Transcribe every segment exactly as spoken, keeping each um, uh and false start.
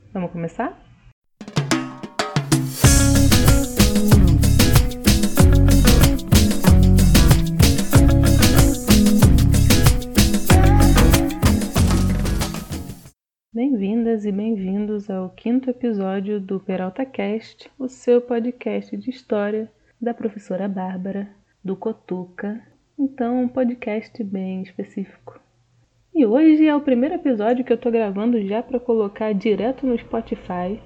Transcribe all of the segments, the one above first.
Vamos começar? Bem-vindas e bem-vindos ao quinto episódio do PeraltaCast, o seu podcast de história da professora Bárbara, do Cotuca. Então, um podcast bem específico. E hoje é o primeiro episódio que eu tô gravando já para colocar direto no Spotify,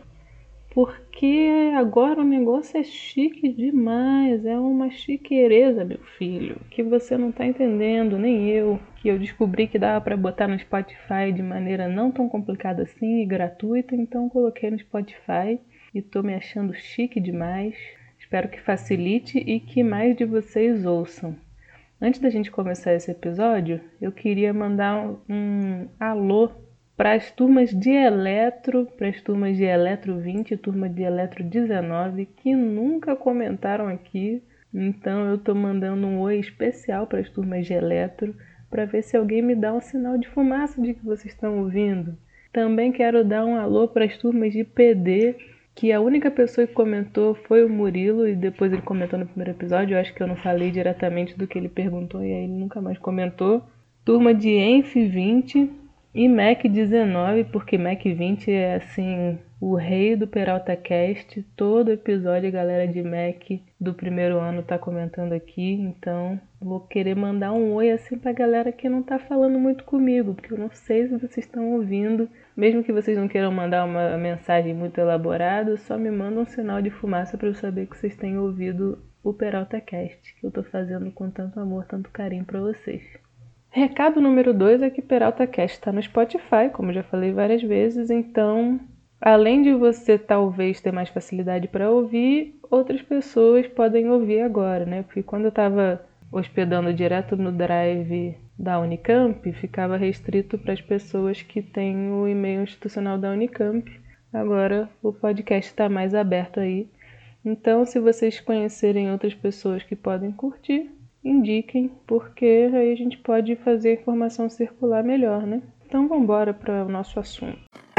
porque agora o negócio é chique demais, é uma chiqueireza, meu filho, que você não tá entendendo, nem eu, que eu descobri que dava para botar no Spotify de maneira não tão complicada assim e gratuita, então coloquei no Spotify e tô me achando chique demais. Espero que facilite e que mais de vocês ouçam. Antes da gente começar esse episódio, eu queria mandar um, um alô para as turmas de Eletro, para as turmas de Eletro vinte e turma de Eletro dezenove, que nunca comentaram aqui. Então eu estou mandando um oi especial para as turmas de Eletro, para ver se alguém me dá um sinal de fumaça de que vocês estão ouvindo. Também quero dar um alô para as turmas de P D, que a única pessoa que comentou foi o Murilo, e depois ele comentou no primeiro episódio. Eu acho que eu não falei diretamente do que ele perguntou, e aí ele nunca mais comentou. Turma de Enf vinte e Mac dezenove, porque Mac vinte é assim o rei do PeraltaCast. Todo episódio a galera de Mac do primeiro ano tá comentando aqui, então vou querer mandar um oi assim pra galera que não tá falando muito comigo, porque eu não sei se vocês estão ouvindo. Mesmo que vocês não queiram mandar uma mensagem muito elaborada, só me mandam um sinal de fumaça para eu saber que vocês têm ouvido o PeraltaCast, que eu tô fazendo com tanto amor, tanto carinho para vocês. Recado número dois é que PeraltaCast está no Spotify, como eu já falei várias vezes, então, além de você talvez ter mais facilidade para ouvir, outras pessoas podem ouvir agora, né? Porque quando eu estava hospedando direto no Drive da Unicamp, ficava restrito para as pessoas que têm o e-mail institucional da Unicamp. Agora o podcast está mais aberto aí. Então, se vocês conhecerem outras pessoas que podem curtir, indiquem, porque aí a gente pode fazer a informação circular melhor, né? Então vamos embora para o nosso assunto.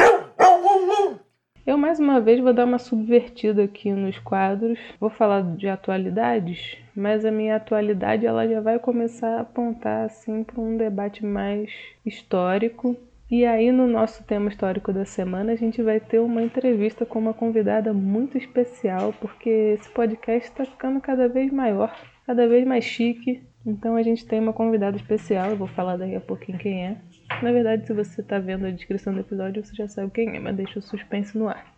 Eu mais uma vez vou dar uma subvertida aqui nos quadros. Vou falar de atualidades, mas a minha atualidade ela já vai começar a apontar assim para um debate mais histórico. E aí no nosso tema histórico da semana a gente vai ter uma entrevista com uma convidada muito especial, porque esse podcast está ficando cada vez maior, cada vez mais chique. Então a gente tem uma convidada especial, eu vou falar daqui a pouquinho quem é. Na verdade, se você está vendo a descrição do episódio, você já sabe quem é, mas deixa o suspense no ar.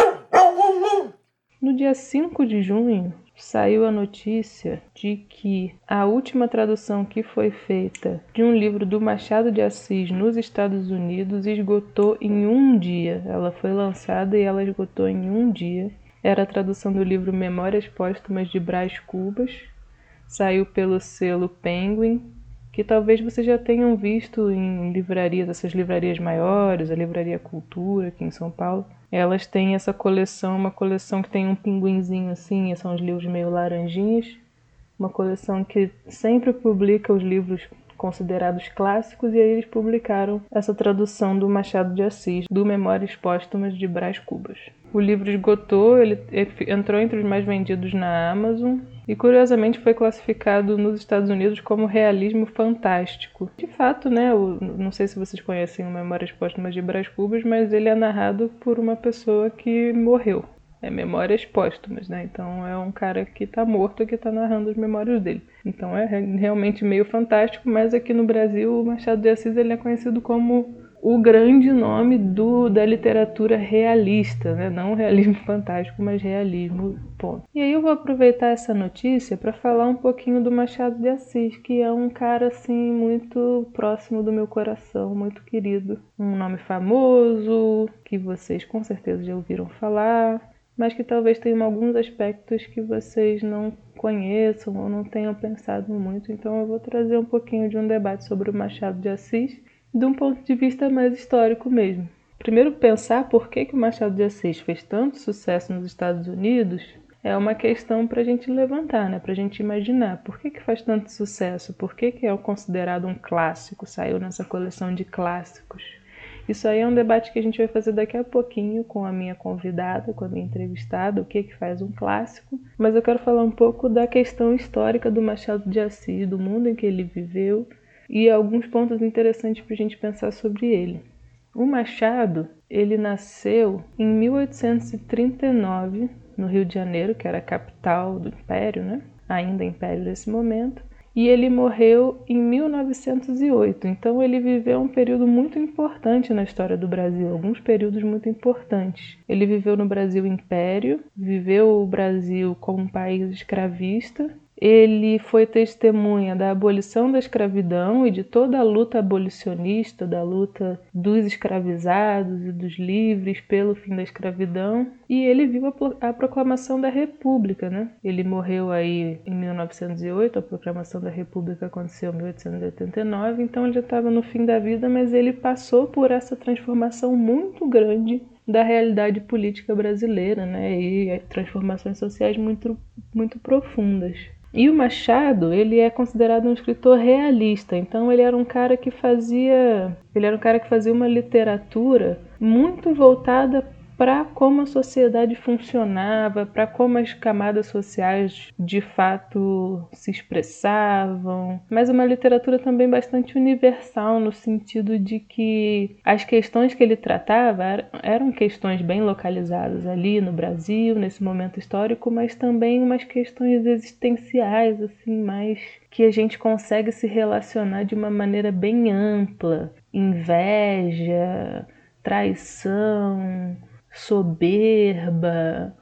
No dia cinco de junho, saiu a notícia de que a última tradução que foi feita de um livro do Machado de Assis nos Estados Unidos esgotou em um dia. Ela foi lançada e ela esgotou em um dia. Era a tradução do livro Memórias Póstumas de Brás Cubas. Saiu pelo selo Penguin, que talvez vocês já tenham visto em livrarias, essas livrarias maiores, a Livraria Cultura aqui em São Paulo. Elas têm essa coleção, uma coleção que tem um pinguinzinho assim, são os livros meio laranjinhas. Uma coleção que sempre publica os livros considerados clássicos, e aí eles publicaram essa tradução do Machado de Assis, do Memórias Póstumas de Brás Cubas. O livro esgotou, ele entrou entre os mais vendidos na Amazon e curiosamente foi classificado nos Estados Unidos como realismo fantástico. De fato, né, eu não sei se vocês conhecem o Memórias Póstumas de Brás Cubas, mas ele é narrado por uma pessoa que morreu. É Memórias Póstumas, né? Então é um cara que tá morto que tá narrando as memórias dele. Então é realmente meio fantástico, mas aqui no Brasil o Machado de Assis ele é conhecido como o grande nome do, da literatura realista, né? Não realismo fantástico, mas realismo, ponto. E aí eu vou aproveitar essa notícia para falar um pouquinho do Machado de Assis, que é um cara assim muito próximo do meu coração, muito querido. Um nome famoso, que vocês com certeza já ouviram falar, mas que talvez tenham alguns aspectos que vocês não conheçam ou não tenham pensado muito. Então eu vou trazer um pouquinho de um debate sobre o Machado de Assis, de um ponto de vista mais histórico mesmo. Primeiro, pensar por que, que o Machado de Assis fez tanto sucesso nos Estados Unidos é uma questão para a gente levantar, né? Para a gente imaginar por que, que faz tanto sucesso, por que, que é considerado um clássico, saiu nessa coleção de clássicos. Isso aí é um debate que a gente vai fazer daqui a pouquinho com a minha convidada, com a minha entrevistada, o que que faz um clássico. Mas eu quero falar um pouco da questão histórica do Machado de Assis, do mundo em que ele viveu e alguns pontos interessantes para a gente pensar sobre ele. O Machado, ele nasceu em mil oitocentos e trinta e nove, no Rio de Janeiro, que era a capital do Império, né? Ainda Império nesse momento, e ele morreu em mil novecentos e oito. Então ele viveu um período muito importante na história do Brasil, alguns períodos muito importantes. Ele viveu no Brasil Império, viveu o Brasil como um país escravista. Ele foi testemunha da abolição da escravidão e de toda a luta abolicionista, da luta dos escravizados e dos livres pelo fim da escravidão. E ele viu a proclamação da República, né? Ele morreu aí em mil novecentos e oito, a proclamação da República aconteceu em mil oitocentos e oitenta e nove, então ele já estava no fim da vida, mas ele passou por essa transformação muito grande da realidade política brasileira, né? E transformações sociais muito, muito profundas. E o Machado, ele é considerado um escritor realista, então ele era um cara que fazia, ele era um cara que fazia uma literatura muito voltada para como a sociedade funcionava, para como as camadas sociais de fato se expressavam, mas uma literatura também bastante universal, no sentido de que as questões que ele tratava eram questões bem localizadas ali no Brasil, nesse momento histórico, mas também umas questões existenciais, assim, mais que a gente consegue se relacionar de uma maneira bem ampla. Inveja, traição, soberba,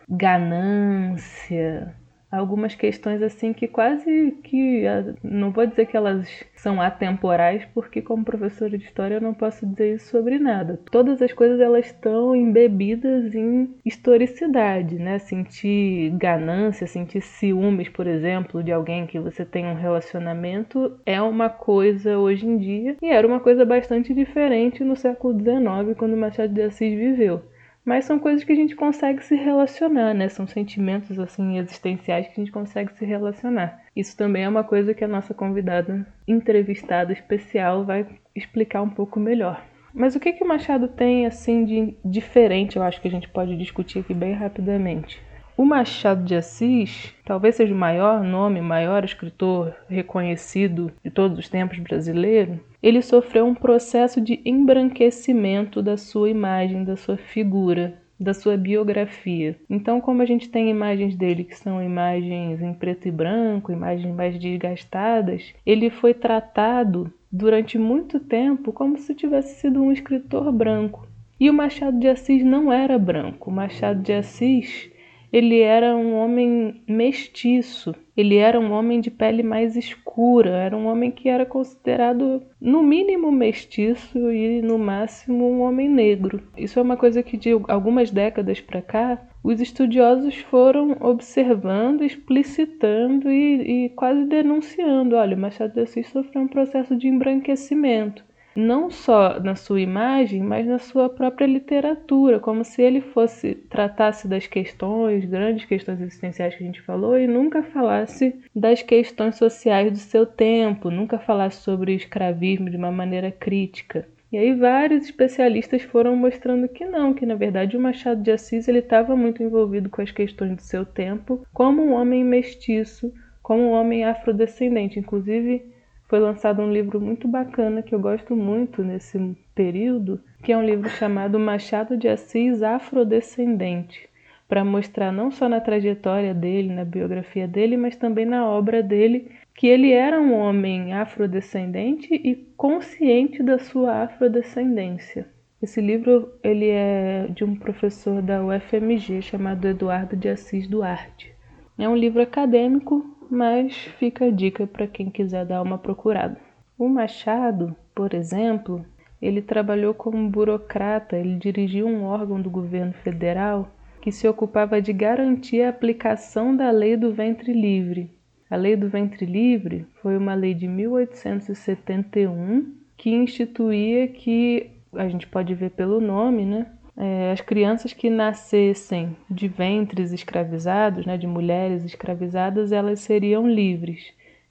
ganância, algumas questões assim que quase que, não vou dizer que elas são atemporais, porque como professora de história eu não posso dizer isso sobre nada. Todas as coisas elas estão embebidas em historicidade, né? Sentir ganância, sentir ciúmes, por exemplo, de alguém que você tem um relacionamento é uma coisa hoje em dia e era uma coisa bastante diferente no século dezenove, quando Machado de Assis viveu. Mas são coisas que a gente consegue se relacionar, né? São sentimentos assim existenciais que a gente consegue se relacionar. Isso também é uma coisa que a nossa convidada entrevistada especial vai explicar um pouco melhor. Mas o que que o Machado tem assim de diferente, eu acho que a gente pode discutir aqui bem rapidamente. O Machado de Assis talvez seja o maior nome, o maior escritor reconhecido de todos os tempos brasileiro. Ele sofreu um processo de embranquecimento da sua imagem, da sua figura, da sua biografia. Então, como a gente tem imagens dele que são imagens em preto e branco, imagens mais desgastadas, ele foi tratado durante muito tempo como se tivesse sido um escritor branco. E o Machado de Assis não era branco. O Machado de Assis, ele era um homem mestiço, ele era um homem de pele mais escura, era um homem que era considerado no mínimo mestiço e no máximo um homem negro. Isso é uma coisa que de algumas décadas para cá os estudiosos foram observando, explicitando e, e quase denunciando. Olha, o Machado de Assis sofreu um processo de embranquecimento. Não só na sua imagem, mas na sua própria literatura, como se ele fosse tratasse das questões, grandes questões existenciais que a gente falou, e nunca falasse das questões sociais do seu tempo, nunca falasse sobre o escravismo de uma maneira crítica. E aí vários especialistas foram mostrando que não, que na verdade o Machado de Assis ele estava muito envolvido com as questões do seu tempo, como um homem mestiço, como um homem afrodescendente. Inclusive, foi lançado um livro muito bacana que eu gosto muito nesse período, que é um livro chamado Machado de Assis Afrodescendente, para mostrar não só na trajetória dele, na biografia dele, mas também na obra dele, que ele era um homem afrodescendente e consciente da sua afrodescendência. Esse livro ele é de um professor da U F M G chamado Eduardo de Assis Duarte. É um livro acadêmico, mas fica a dica para quem quiser dar uma procurada. O Machado, por exemplo, ele trabalhou como burocrata, ele dirigiu um órgão do governo federal que se ocupava de garantir a aplicação da Lei do Ventre Livre. A Lei do Ventre Livre foi uma lei de mil oitocentos e setenta e um que instituía que, a gente pode ver pelo nome, né? É, as crianças que nascessem de ventres escravizados, né, de mulheres escravizadas, elas seriam livres.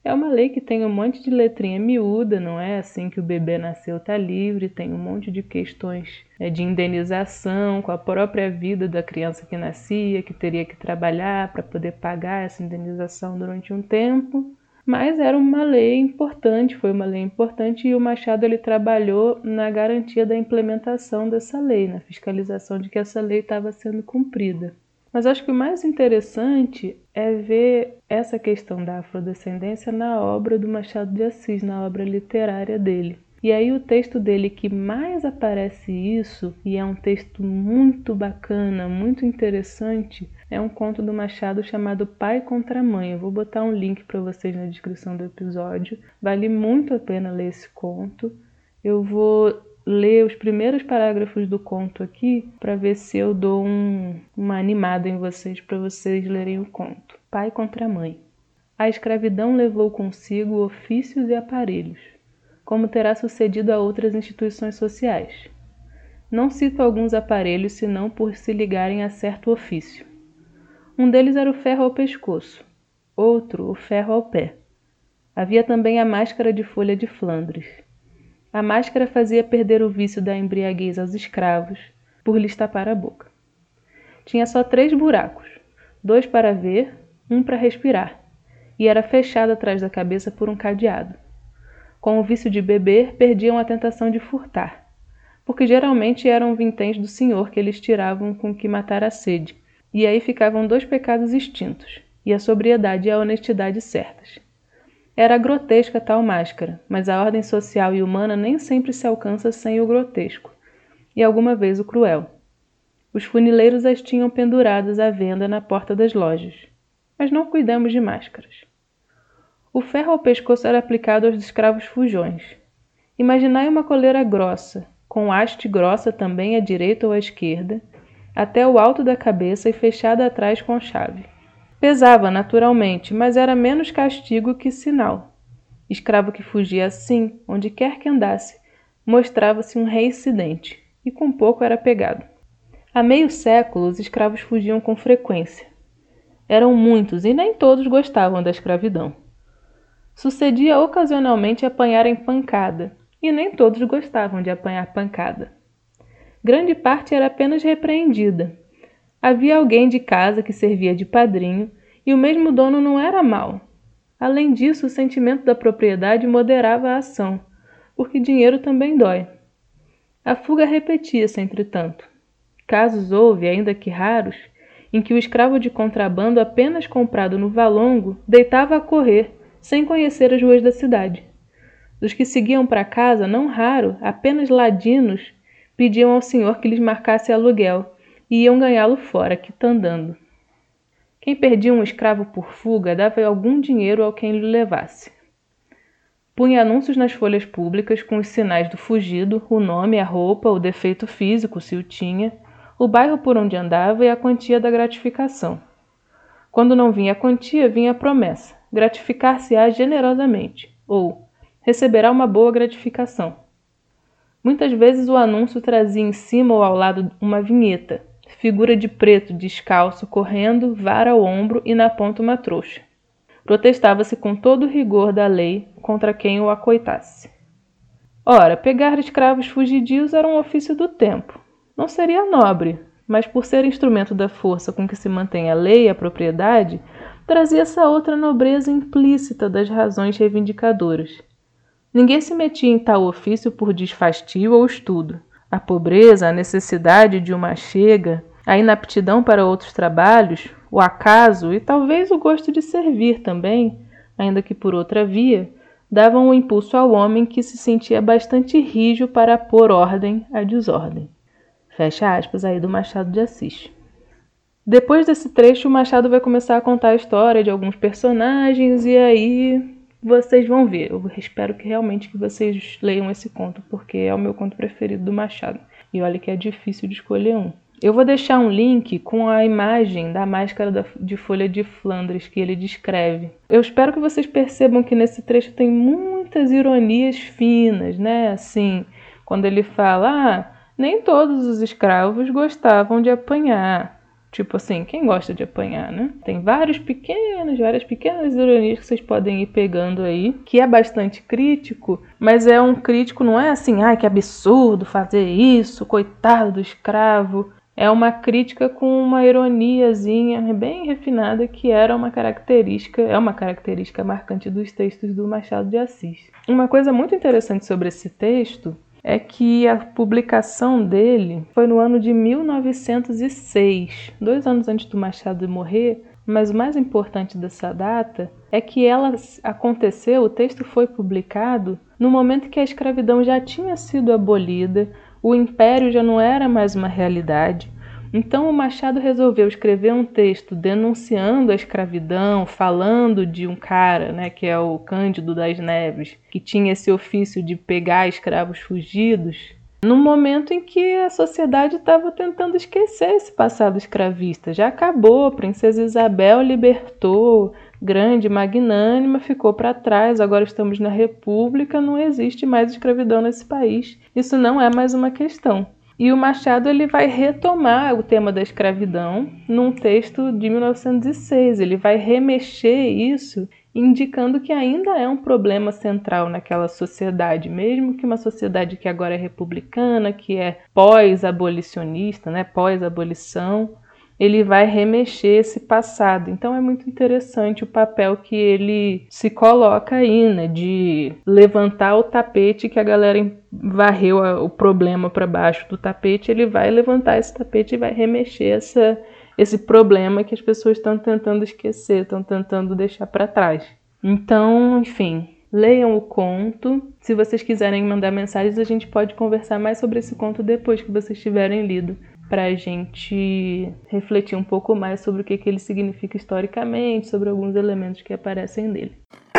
É uma lei que tem um monte de letrinha miúda, não é assim que o bebê nasceu tá livre, tem um monte de questões é, de indenização com a própria vida da criança que nascia, que teria que trabalhar para poder pagar essa indenização durante um tempo. Mas era uma lei importante, foi uma lei importante e o Machado ele trabalhou na garantia da implementação dessa lei, na fiscalização de que essa lei estava sendo cumprida. Mas acho que o mais interessante é ver essa questão da afrodescendência na obra do Machado de Assis, na obra literária dele. E aí o texto dele que mais aparece isso, e é um texto muito bacana, muito interessante, é um conto do Machado chamado Pai contra Mãe. Eu vou botar um link para vocês na descrição do episódio. Vale muito a pena ler esse conto. Eu vou ler os primeiros parágrafos do conto aqui para ver se eu dou um, uma animada em vocês para vocês lerem o conto. Pai contra Mãe. A escravidão levou consigo ofícios e aparelhos, como terá sucedido a outras instituições sociais. Não cito alguns aparelhos senão por se ligarem a certo ofício. Um deles era o ferro ao pescoço, outro o ferro ao pé. Havia também a máscara de folha de Flandres. A máscara fazia perder o vício da embriaguez aos escravos, por lhes tapar a boca. Tinha só três buracos, dois para ver, um para respirar, e era fechada atrás da cabeça por um cadeado. Com o vício de beber, perdiam a tentação de furtar, porque geralmente eram vinténs do senhor que eles tiravam com que matar a sede, e aí ficavam dois pecados extintos, e a sobriedade e a honestidade certas. Era grotesca tal máscara, mas a ordem social e humana nem sempre se alcança sem o grotesco, e alguma vez o cruel. Os funileiros as tinham penduradas à venda na porta das lojas, mas não cuidamos de máscaras. O ferro ao pescoço era aplicado aos escravos fujões. Imaginai uma coleira grossa, com haste grossa também à direita ou à esquerda, até o alto da cabeça e fechada atrás com chave. Pesava, naturalmente, mas era menos castigo que sinal. Escravo que fugia assim, onde quer que andasse, mostrava-se um reincidente, e com pouco era pegado. Há meio século, os escravos fugiam com frequência. Eram muitos e nem todos gostavam da escravidão. Sucedia ocasionalmente apanharem pancada, e nem todos gostavam de apanhar pancada. Grande parte era apenas repreendida. Havia alguém de casa que servia de padrinho, e o mesmo dono não era mau. Além disso, o sentimento da propriedade moderava a ação, porque dinheiro também dói. A fuga repetia-se, entretanto. Casos houve, ainda que raros, em que o escravo de contrabando apenas comprado no valongo deitava a correr, sem conhecer as ruas da cidade. Dos que seguiam para casa, não raro, apenas ladinos pediam ao senhor que lhes marcasse aluguel, e iam ganhá-lo fora, quitandando. Quem perdia um escravo por fuga dava algum dinheiro ao quem lhe levasse. Punha anúncios nas folhas públicas com os sinais do fugido, o nome, a roupa, o defeito físico, se o tinha, o bairro por onde andava e a quantia da gratificação. Quando não vinha a quantia, vinha a promessa, gratificar-se-á generosamente, ou receberá uma boa gratificação. Muitas vezes o anúncio trazia em cima ou ao lado uma vinheta, figura de preto descalço correndo, vara ao ombro e na ponta uma trouxa. Protestava-se com todo o rigor da lei contra quem o acoitasse. Ora, pegar escravos fugidios era um ofício do tempo. Não seria nobre, mas por ser instrumento da força com que se mantém a lei e a propriedade, trazia essa outra nobreza implícita das razões reivindicadoras. Ninguém se metia em tal ofício por desfastio ou estudo. A pobreza, a necessidade de uma chega, a inaptidão para outros trabalhos, o acaso e talvez o gosto de servir também, ainda que por outra via, davam um impulso ao homem que se sentia bastante rijo para pôr ordem à desordem. Fecha aspas aí do Machado de Assis. Depois desse trecho, o Machado vai começar a contar a história de alguns personagens e aí vocês vão ver. Eu espero que realmente que vocês leiam esse conto, porque é o meu conto preferido do Machado. E olha que é difícil de escolher um. Eu vou deixar um link com a imagem da máscara de folha de Flandres que ele descreve. Eu espero que vocês percebam que nesse trecho tem muitas ironias finas, né? Assim, quando ele fala, ah, nem todos os escravos gostavam de apanhar. Tipo assim, quem gosta de apanhar, né? Tem vários pequenos, várias pequenas ironias que vocês podem ir pegando aí, que é bastante crítico, mas é um crítico, não é assim, ai, que absurdo fazer isso, coitado do escravo. É uma crítica com uma ironiazinha bem refinada que era uma característica, é uma característica marcante dos textos do Machado de Assis. Uma coisa muito interessante sobre esse texto é que a publicação dele foi no ano de mil novecentos e seis, dois anos antes do Machado morrer, mas o mais importante dessa data é que ela aconteceu, o texto foi publicado no momento que a escravidão já tinha sido abolida, o império já não era mais uma realidade. Então o Machado resolveu escrever um texto denunciando a escravidão, falando de um cara, né, que é o Cândido das Neves, que tinha esse ofício de pegar escravos fugidos, num momento em que a sociedade estava tentando esquecer esse passado escravista. Já acabou, a Princesa Isabel libertou, grande, magnânima, ficou para trás, agora estamos na República, não existe mais escravidão nesse país. Isso não é mais uma questão. E o Machado ele vai retomar o tema da escravidão num texto de mil novecentos e seis. Ele vai remexer isso, indicando que ainda é um problema central naquela sociedade, mesmo que uma sociedade que agora é republicana, que é pós-abolicionista, né, pós-abolição, ele vai remexer esse passado. Então é muito interessante o papel que ele se coloca aí, né, de levantar o tapete que a galera varreu o problema para baixo do tapete, ele vai levantar esse tapete e vai remexer essa, esse problema que as pessoas estão tentando esquecer, estão tentando deixar para trás. Então, enfim, leiam o conto. Se vocês quiserem mandar mensagens, a gente pode conversar mais sobre esse conto depois que vocês tiverem lido, para a gente refletir um pouco mais sobre o que, que ele significa historicamente, sobre alguns elementos que aparecem nele.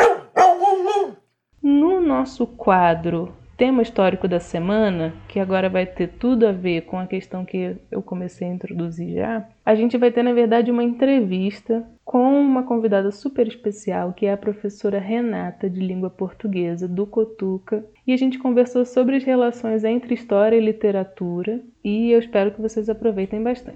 No nosso quadro Tema Histórico da Semana, que agora vai ter tudo a ver com a questão que eu comecei a introduzir já, a gente vai ter, na verdade, uma entrevista com uma convidada super especial, que é a professora Renata, de Língua Portuguesa, do Cotuca, e a gente conversou sobre as relações entre história e literatura, e eu espero que vocês aproveitem bastante.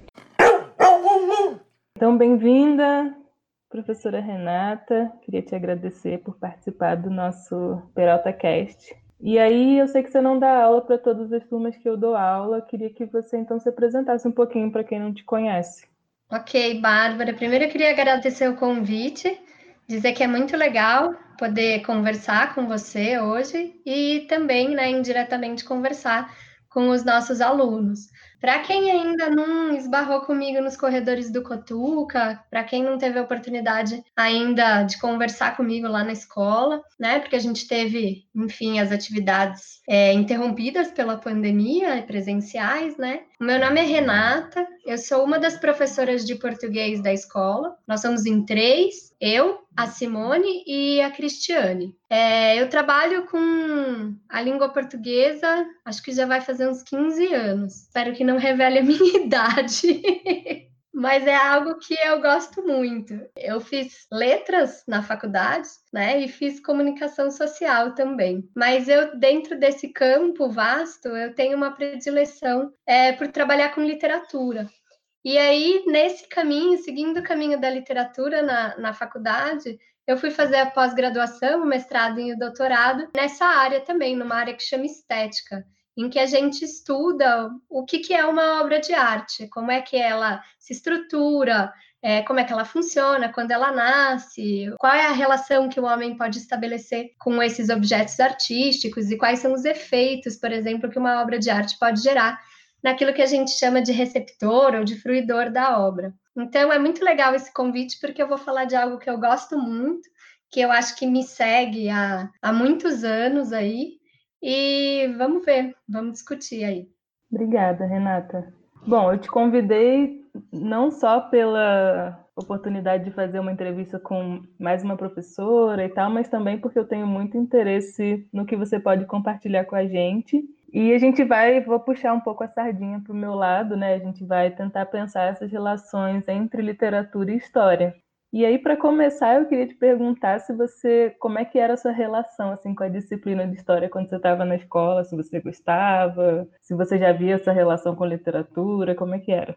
Então, bem-vinda, professora Renata. Queria te agradecer por participar do nosso Peralta Cast. E aí, eu sei que você não dá aula para todas as turmas que eu dou aula. Queria que você, então, se apresentasse um pouquinho para quem não te conhece. Ok, Bárbara. Primeiro eu queria agradecer o convite, dizer que é muito legal poder conversar com você hoje e também, né, indiretamente conversar com os nossos alunos. Para quem ainda não esbarrou comigo nos corredores do Cotuca, para quem não teve a oportunidade ainda de conversar comigo lá na escola, né? Porque a gente teve, enfim, as atividades é, interrompidas pela pandemia, presenciais, né? O meu nome é Renata, eu sou uma das professoras de português da escola. Nós somos em três, eu, a Simone e a Cristiane. É, eu trabalho com a língua portuguesa, acho que já vai fazer uns quinze anos. Espero que não revele a minha idade. Mas é algo que eu gosto muito. Eu fiz letras na faculdade, né? E fiz comunicação social também. Mas eu, dentro desse campo vasto, eu tenho uma predileção é, por trabalhar com literatura. E aí, nesse caminho, seguindo o caminho da literatura na, na faculdade, eu fui fazer a pós-graduação, o mestrado e o doutorado nessa área também, numa área que chama estética, em que a gente estuda o que, que é uma obra de arte, como é que ela se estrutura, é, como é que ela funciona, quando ela nasce, qual é a relação que o homem pode estabelecer com esses objetos artísticos e quais são os efeitos, por exemplo, que uma obra de arte pode gerar naquilo que a gente chama de receptor ou de fruidor da obra. Então, é muito legal esse convite, porque eu vou falar de algo que eu gosto muito, que eu acho que me segue há, há muitos anos aí, e vamos ver, vamos discutir aí. Obrigada, Renata. Bom, eu te convidei não só pela oportunidade de fazer uma entrevista com mais uma professora e tal, mas também porque eu tenho muito interesse no que você pode compartilhar com a gente. E a gente vai, vou puxar um pouco a sardinha para o meu lado, né? A gente vai tentar pensar essas relações entre literatura e história. E aí, para começar, eu queria te perguntar se você, como é que era a sua relação assim com a disciplina de história quando você estava na escola, se você gostava, se você já via essa relação com literatura, como é que era?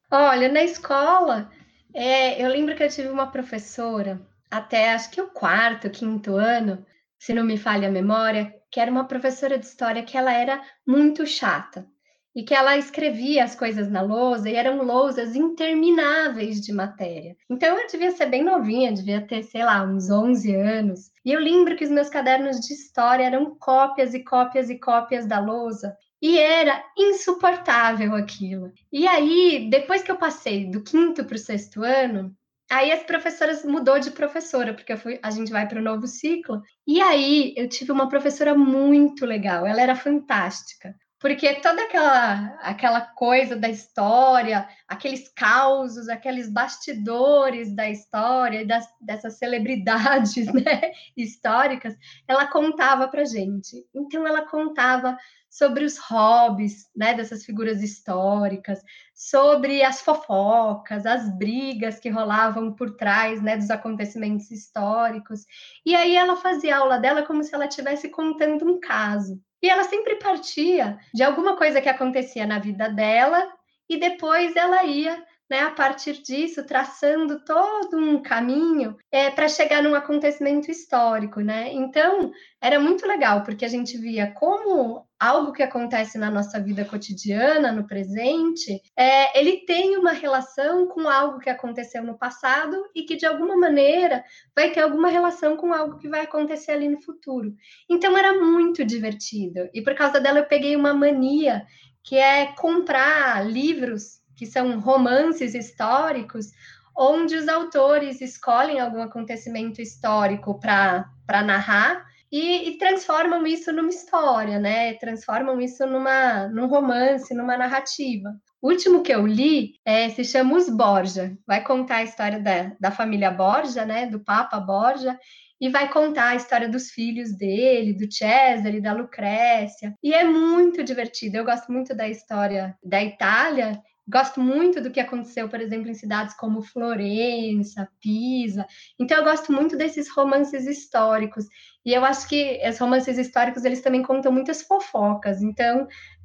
Olha, na escola, é, eu lembro que eu tive uma professora, até acho que o quarto, quinto ano, se não me falha a memória, que era uma professora de história que ela era muito chata. E que ela escrevia as coisas na lousa e eram lousas intermináveis de matéria. Então eu devia ser bem novinha, devia ter, sei lá, uns onze anos. E eu lembro que os meus cadernos de história eram cópias e cópias e cópias da lousa. E era insuportável aquilo. E aí, depois que eu passei do quinto para o sexto ano, aí as professoras mudou de professora, porque eu fui, a gente vai para o novo ciclo. E aí eu tive uma professora muito legal, ela era fantástica. Porque toda aquela, aquela coisa da história, aqueles causos, aqueles bastidores da história, das, dessas celebridades, né, históricas, ela contava para gente. Então, ela contava sobre os hobbies, né, dessas figuras históricas, sobre as fofocas, as brigas que rolavam por trás, né, dos acontecimentos históricos. E aí ela fazia a aula dela como se ela estivesse contando um caso. E ela sempre partia de alguma coisa que acontecia na vida dela e depois ela ia, né, a partir disso, traçando todo um caminho é, para chegar num acontecimento histórico, né? Então, era muito legal, porque a gente via como algo que acontece na nossa vida cotidiana, no presente, é, ele tem uma relação com algo que aconteceu no passado e que, de alguma maneira, vai ter alguma relação com algo que vai acontecer ali no futuro. Então, era muito divertido. E por causa dela, eu peguei uma mania, que é comprar livros que são romances históricos, onde os autores escolhem algum acontecimento histórico para narrar e, e, transformam isso numa história, né? Transformam isso numa, num romance, numa narrativa. O último que eu li é, se chama Os Borgia. Vai contar a história da, da família Borgia, né? Do Papa Borgia, e vai contar a história dos filhos dele, do Cesare e da Lucrécia. E é muito divertido. Eu gosto muito da história da Itália. Gosto muito do que aconteceu, por exemplo, em cidades como Florença, Pisa. Então, eu gosto muito desses romances históricos. E eu acho que os romances históricos, eles também contam muitas fofocas. Então,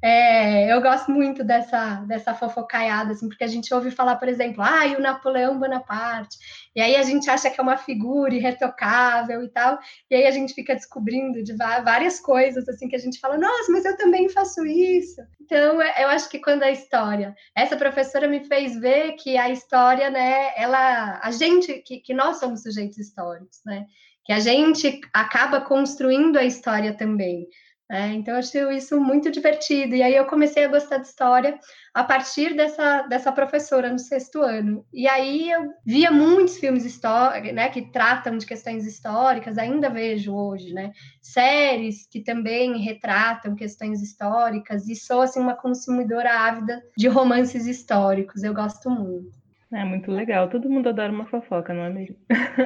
é, eu gosto muito dessa, dessa fofocaiada, assim, porque a gente ouve falar, por exemplo, ah, e o Napoleão Bonaparte. E aí a gente acha que é uma figura irretocável e tal. E aí a gente fica descobrindo de várias coisas, assim, que a gente fala, nossa, mas eu também faço isso. Então, eu acho que quando a história... Essa professora me fez ver que a história, né, ela... A gente, que, que nós somos sujeitos históricos, né? Que a gente acaba construindo a história também. Né? Então, eu acho isso muito divertido. E aí eu comecei a gostar de história a partir dessa, dessa professora no sexto ano. E aí eu via muitos filmes históricos, né, que tratam de questões históricas, ainda vejo hoje, né? Séries que também retratam questões históricas, e sou assim, uma consumidora ávida de romances históricos. Eu gosto muito. É muito legal. Todo mundo adora uma fofoca, não é mesmo?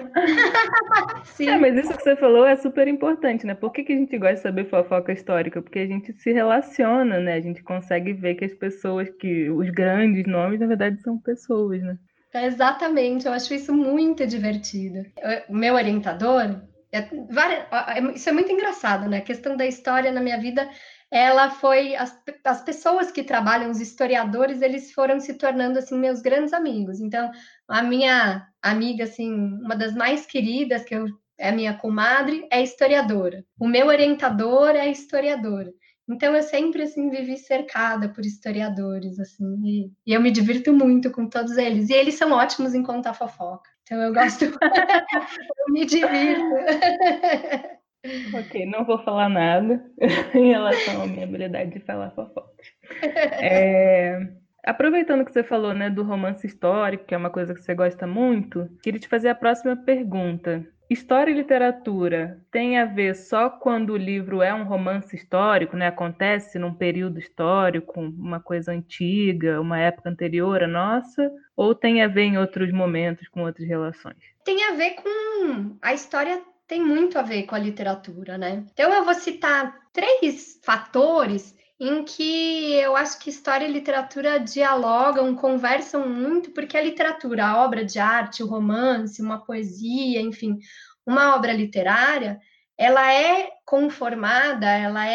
É, Sim. mas isso que você falou é super importante, né? Por que, que a gente gosta de saber fofoca histórica? Porque a gente se relaciona, né? A gente consegue ver que as pessoas, que os grandes nomes, na verdade, são pessoas, né? Exatamente, eu acho isso muito divertido. O meu orientador, é, várias, isso é muito engraçado, né? A questão da história na minha vida, ela foi as, as pessoas que trabalham, os historiadores, eles foram se tornando assim meus grandes amigos. Então, a minha amiga, assim, uma das mais queridas que eu é a minha comadre, é historiadora. O meu orientador é historiador. Então eu sempre assim vivi cercada por historiadores assim, e, e eu me divirto muito com todos eles. E eles são ótimos em contar fofoca. Então eu gosto, eu me divirto. Ok, não vou falar nada em relação à minha habilidade de falar fofoca. É, aproveitando que você falou, né, do romance histórico, que é uma coisa que você gosta muito, queria te fazer a próxima pergunta. História e literatura tem a ver só quando o livro é um romance histórico, né? Acontece num período histórico, uma coisa antiga, uma época anterior à nossa, ou tem a ver em outros momentos, com outras relações? Tem a ver com a história, tem muito a ver com a literatura, né? Então eu vou citar três fatores em que eu acho que história e literatura dialogam, conversam muito, porque a literatura, a obra de arte, o romance, uma poesia, enfim, uma obra literária, ela é conformada, ela é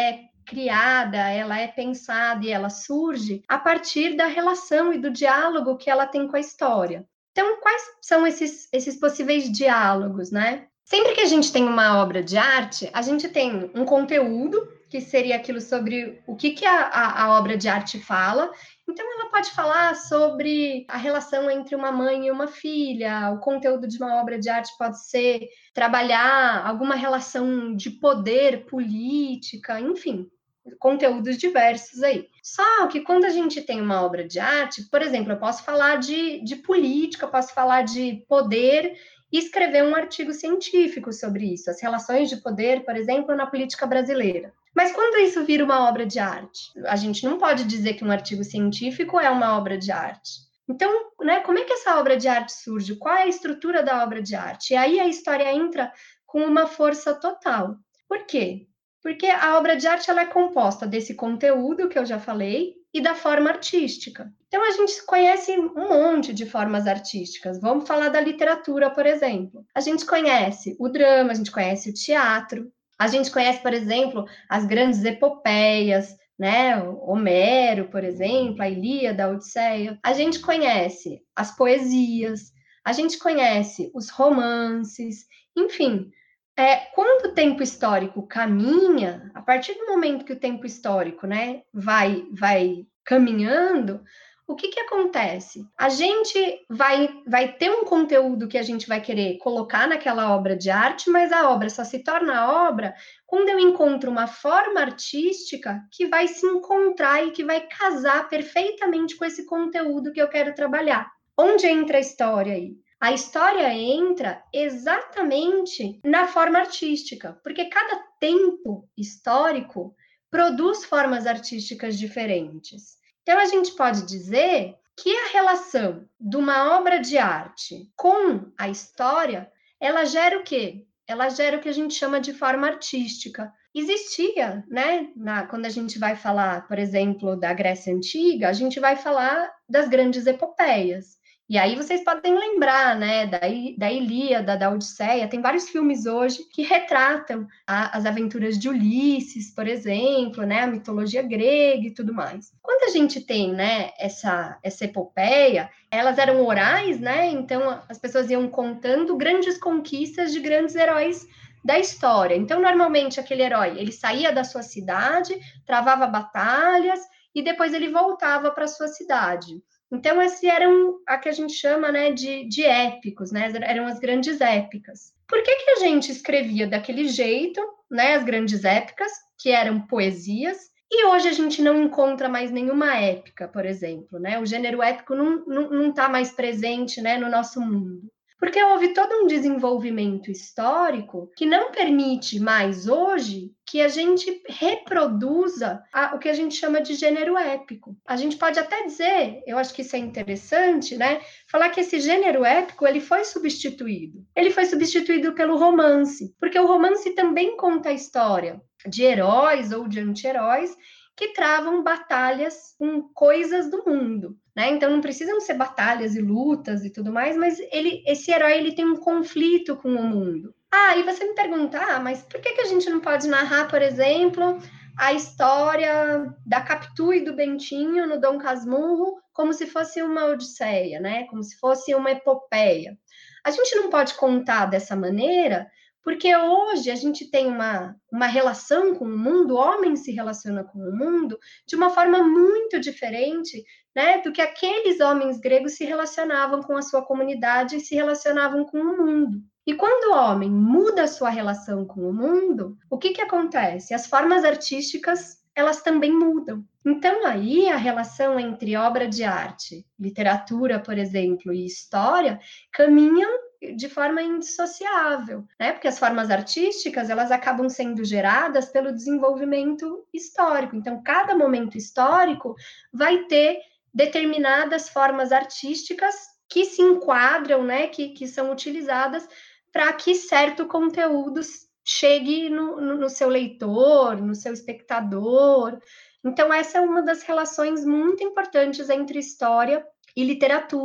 criada, ela é pensada e ela surge a partir da relação e do diálogo que ela tem com a história. Então, quais são esses, esses possíveis diálogos, né? Sempre que a gente tem uma obra de arte, a gente tem um conteúdo, que seria aquilo sobre o que, que a, a, a obra de arte fala. Então, ela pode falar sobre a relação entre uma mãe e uma filha, o conteúdo de uma obra de arte pode ser trabalhar alguma relação de poder, política, enfim, conteúdos diversos aí. Só que quando a gente tem uma obra de arte, por exemplo, eu posso falar de, de política, posso falar de poder e escrever um artigo científico sobre isso, as relações de poder, por exemplo, na política brasileira. Mas quando isso vira uma obra de arte, a gente não pode dizer que um artigo científico é uma obra de arte. Então, né, como é que essa obra de arte surge? Qual é a estrutura da obra de arte? E aí a história entra com uma força total. Por quê? Porque a obra de arte ela é composta desse conteúdo que eu já falei e da forma artística. Então a gente conhece um monte de formas artísticas. Vamos falar da literatura, por exemplo. A gente conhece o drama, a gente conhece o teatro, a gente conhece, por exemplo, as grandes epopeias, né? Homero, por exemplo, a Ilíada, a Odisseia. A gente conhece as poesias, a gente conhece os romances, enfim. É, quando o tempo histórico caminha, a partir do momento que o tempo histórico, né, vai, vai caminhando, o que, que acontece? A gente vai, vai ter um conteúdo que a gente vai querer colocar naquela obra de arte, mas a obra só se torna obra quando eu encontro uma forma artística que vai se encontrar e que vai casar perfeitamente com esse conteúdo que eu quero trabalhar. Onde entra a história aí? A história entra exatamente na forma artística, porque cada tempo histórico produz formas artísticas diferentes. Então, a gente pode dizer que a relação de uma obra de arte com a história, ela gera o quê? Ela gera o que a gente chama de forma artística. Existia, né? Na, quando a gente vai falar, por exemplo, da Grécia Antiga, a gente vai falar das grandes epopeias. E aí vocês podem lembrar, né, da, da Ilíada, da Odisseia, tem vários filmes hoje que retratam a, as aventuras de Ulisses, por exemplo, né, a mitologia grega e tudo mais. Quando a gente tem, né, essa, essa epopeia, elas eram orais, né, então as pessoas iam contando grandes conquistas de grandes heróis da história. Então, normalmente, aquele herói, ele saía da sua cidade, travava batalhas, e depois ele voltava para a sua cidade. Então, esses eram a que a gente chama, né, de, de épicos, né? Eram as grandes épicas. Por que, que a gente escrevia daquele jeito, né? As grandes épicas, que eram poesias, e hoje a gente não encontra mais nenhuma épica, por exemplo, né? O gênero épico não está mais presente, né, no nosso mundo. Porque houve todo um desenvolvimento histórico que não permite mais hoje que a gente reproduza a, o que a gente chama de gênero épico. A gente pode até dizer, eu acho que isso é interessante, né? Falar que esse gênero épico ele foi substituído. Ele foi substituído pelo romance, porque o romance também conta a história de heróis ou de anti-heróis que travam batalhas com coisas do mundo, né? Então não precisam ser batalhas e lutas e tudo mais, mas ele, esse herói ele tem um conflito com o mundo. Ah, e você me pergunta, ah, mas por que, que a gente não pode narrar, por exemplo, a história da Capitu e do Bentinho no Dom Casmurro como se fosse uma odisseia, né? Como se fosse uma epopeia. A gente não pode contar dessa maneira porque hoje a gente tem uma, uma relação com o mundo, o homem se relaciona com o mundo de uma forma muito diferente, né, do que aqueles homens gregos se relacionavam com a sua comunidade e se relacionavam com o mundo. E quando o homem muda a sua relação com o mundo, o que, que acontece? As formas artísticas, elas também mudam. Então, aí, a relação entre obra de arte, literatura, por exemplo, e história, caminham de forma indissociável, né? Porque as formas artísticas, elas acabam sendo geradas pelo desenvolvimento histórico. Então, cada momento histórico vai ter determinadas formas artísticas que se enquadram, né? Que, que são utilizadas para que certo conteúdo chegue no, no, no seu leitor, no seu espectador. Então, essa é uma das relações muito importantes entre história e literatura.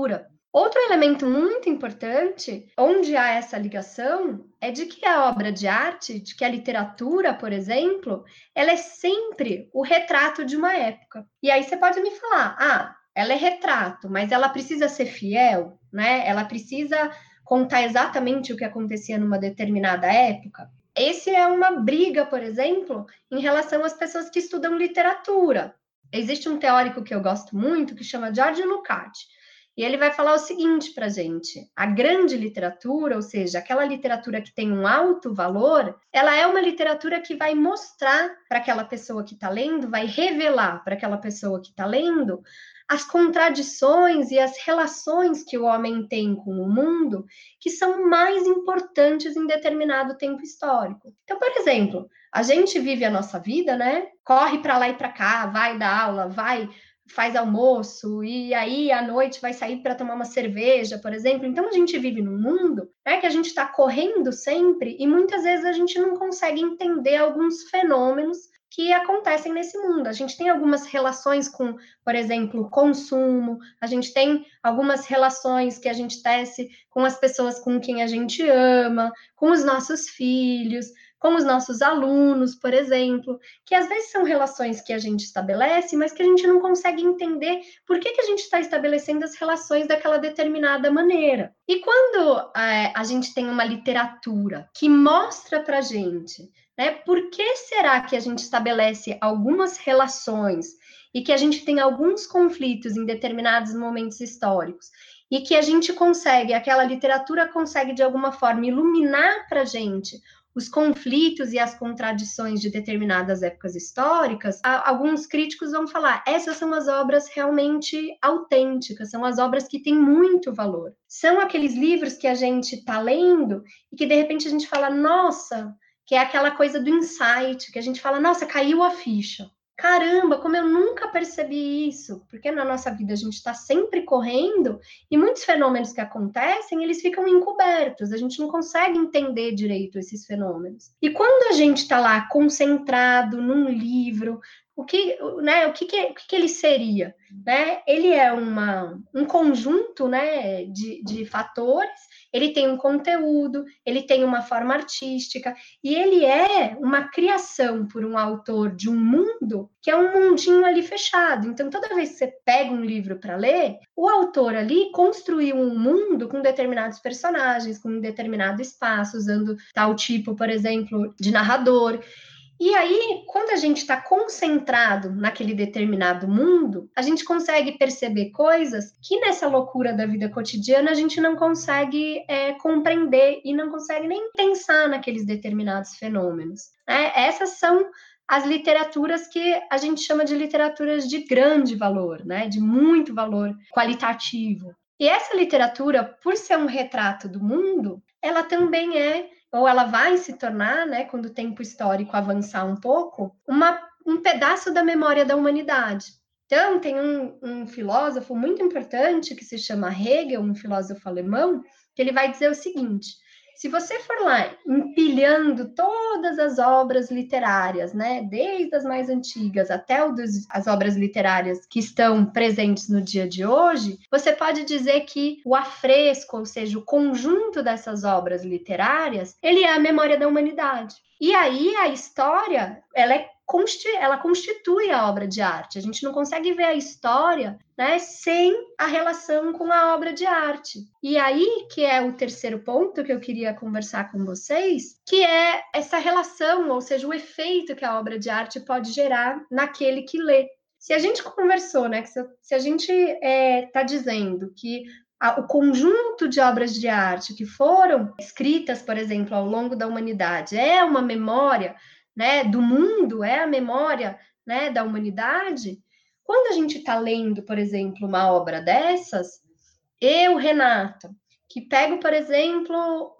Outro elemento muito importante, onde há essa ligação, é de que a obra de arte, de que a literatura, por exemplo, ela é sempre o retrato de uma época. E aí você pode me falar, ah, ela é retrato, mas ela precisa ser fiel, né? Ela precisa contar exatamente o que acontecia numa determinada época. Esse é uma briga, por exemplo, em relação às pessoas que estudam literatura. Existe um teórico que eu gosto muito, que chama George Lukács, e ele vai falar o seguinte para a gente: a grande literatura, ou seja, aquela literatura que tem um alto valor, ela é uma literatura que vai mostrar para aquela pessoa que está lendo, vai revelar para aquela pessoa que está lendo as contradições e as relações que o homem tem com o mundo, que são mais importantes em determinado tempo histórico. Então, por exemplo, a gente vive a nossa vida, né? Corre para lá e para cá, vai dar aula, vai faz almoço e aí à noite vai sair para tomar uma cerveja, por exemplo. Então a gente vive num mundo, né, que a gente está correndo sempre e muitas vezes a gente não consegue entender alguns fenômenos que acontecem nesse mundo. A gente tem algumas relações com, por exemplo, consumo, a gente tem algumas relações que a gente tece com as pessoas com quem a gente ama, com os nossos filhos, com os nossos alunos, por exemplo, que às vezes são relações que a gente estabelece, mas que a gente não consegue entender por que, que a gente está estabelecendo as relações daquela determinada maneira. E quando é, a gente tem uma literatura que mostra para a gente, né, por que será que a gente estabelece algumas relações e que a gente tem alguns conflitos em determinados momentos históricos, e que a gente consegue, aquela literatura consegue de alguma forma iluminar para a gente os conflitos e as contradições de determinadas épocas históricas, alguns críticos vão falar, essas são as obras realmente autênticas, são as obras que têm muito valor. São aqueles livros que a gente está lendo e que de repente a gente fala, nossa, que é aquela coisa do insight, que a gente fala, nossa, caiu a ficha. Caramba, como eu nunca percebi isso, porque na nossa vida a gente está sempre correndo e muitos fenômenos que acontecem, eles ficam encobertos, a gente não consegue entender direito esses fenômenos. E quando a gente está lá concentrado num livro, o que, né, o que, que, o que, que ele seria? Né? Ele é uma, um conjunto, né, de, de fatores, ele tem um conteúdo, ele tem uma forma artística, e ele é uma criação por um autor de um mundo que é um mundinho ali fechado. Então, toda vez que você pega um livro para ler, o autor ali construiu um mundo com determinados personagens, com um determinado espaço, usando tal tipo, por exemplo, de narrador. E aí, quando a gente está concentrado naquele determinado mundo, a gente consegue perceber coisas que nessa loucura da vida cotidiana a gente não consegue é, compreender e não consegue nem pensar naqueles determinados fenômenos. Né? Essas são as literaturas que a gente chama de literaturas de grande valor, né? De muito valor qualitativo. E essa literatura, por ser um retrato do mundo, ela também é, ou ela vai se tornar, né, quando o tempo histórico avançar um pouco, uma, um pedaço da memória da humanidade. Então, tem um, um filósofo muito importante que se chama Hegel, um filósofo alemão, que ele vai dizer o seguinte: se você for lá empilhando todas as obras literárias, né, desde as mais antigas até o dos, as obras literárias que estão presentes no dia de hoje, você pode dizer que o afresco, ou seja, o conjunto dessas obras literárias, ele é a memória da humanidade. E aí a história, ela é ela constitui a obra de arte. A gente não consegue ver a história, né, sem a relação com a obra de arte. E aí que é o terceiro ponto que eu queria conversar com vocês, que é essa relação, ou seja, o efeito que a obra de arte pode gerar naquele que lê. Se a gente conversou, né, que se, se a gente está é, dizendo que a, o conjunto de obras de arte que foram escritas, por exemplo, ao longo da humanidade é uma memória, né, do mundo, é a memória, né, da humanidade. Quando a gente está lendo, por exemplo, uma obra dessas, eu, Renata, que pego, por exemplo,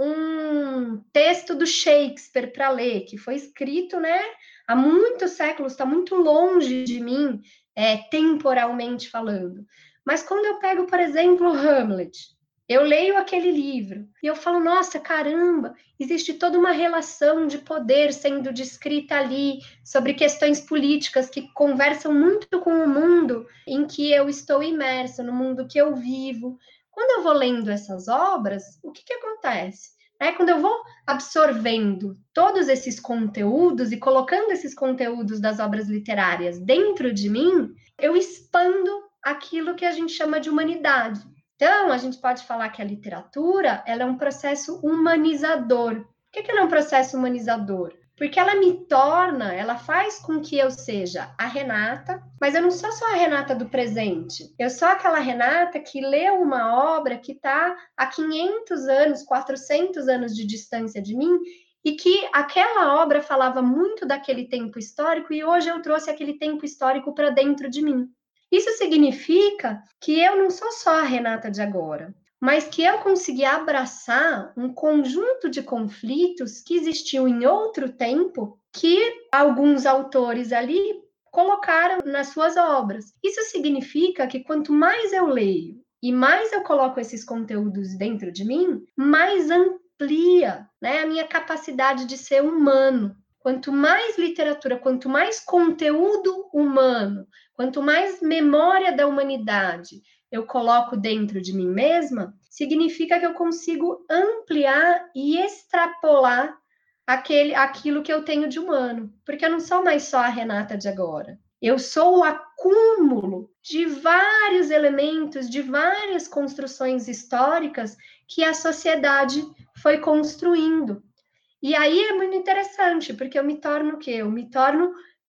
um texto do Shakespeare para ler, que foi escrito, né, há muitos séculos, está muito longe de mim, é, temporalmente falando. Mas quando eu pego, por exemplo, Hamlet, Eu leio aquele livro e eu falo, nossa, caramba, existe toda uma relação de poder sendo descrita ali sobre questões políticas que conversam muito com o mundo em que eu estou imersa, no mundo que eu vivo. Quando eu vou lendo essas obras, o que, que acontece? É, quando eu vou absorvendo todos esses conteúdos e colocando esses conteúdos das obras literárias dentro de mim, eu expando aquilo que a gente chama de humanidade. Então, a gente pode falar que a literatura ela é um processo humanizador. Por que, que ela é um processo humanizador? Porque ela me torna, ela faz com que eu seja a Renata, mas eu não sou só a Renata do presente. Eu sou aquela Renata que leu uma obra que está a quinhentos anos, quatrocentos anos de distância de mim, e que aquela obra falava muito daquele tempo histórico e hoje eu trouxe aquele tempo histórico para dentro de mim. Isso significa que eu não sou só a Renata de agora, mas que eu consegui abraçar um conjunto de conflitos que existiu em outro tempo que alguns autores ali colocaram nas suas obras. Isso significa que quanto mais eu leio e mais eu coloco esses conteúdos dentro de mim, mais amplia, né, a minha capacidade de ser humano. Quanto mais literatura, quanto mais conteúdo humano, quanto mais memória da humanidade eu coloco dentro de mim mesma, significa que eu consigo ampliar e extrapolar aquele, aquilo que eu tenho de humano. Porque eu não sou mais só a Renata de agora. Eu sou o acúmulo de vários elementos, de várias construções históricas que a sociedade foi construindo. E aí é muito interessante, porque eu me torno o quê? Eu me torno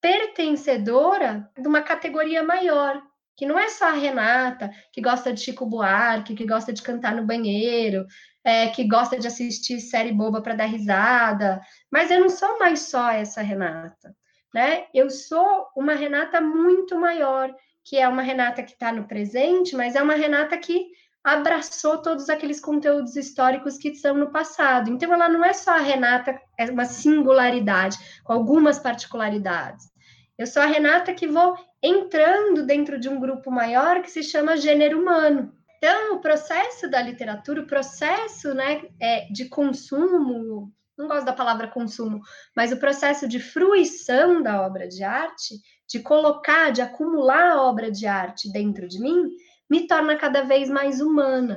pertencedora de uma categoria maior, que não é só a Renata, que gosta de Chico Buarque, que gosta de cantar no banheiro, é, que gosta de assistir série boba para dar risada, mas eu não sou mais só essa Renata, né? Eu sou uma Renata muito maior, que é uma Renata que está no presente, mas é uma Renata que abraçou todos aqueles conteúdos históricos que estão no passado. Então, ela não é só a Renata, é uma singularidade, com algumas particularidades. Eu sou a Renata que vou entrando dentro de um grupo maior que se chama gênero humano. Então, o processo da literatura, o processo, né, é, de consumo, não gosto da palavra consumo, mas o processo de fruição da obra de arte, de colocar, de acumular a obra de arte dentro de mim, me torna cada vez mais humana.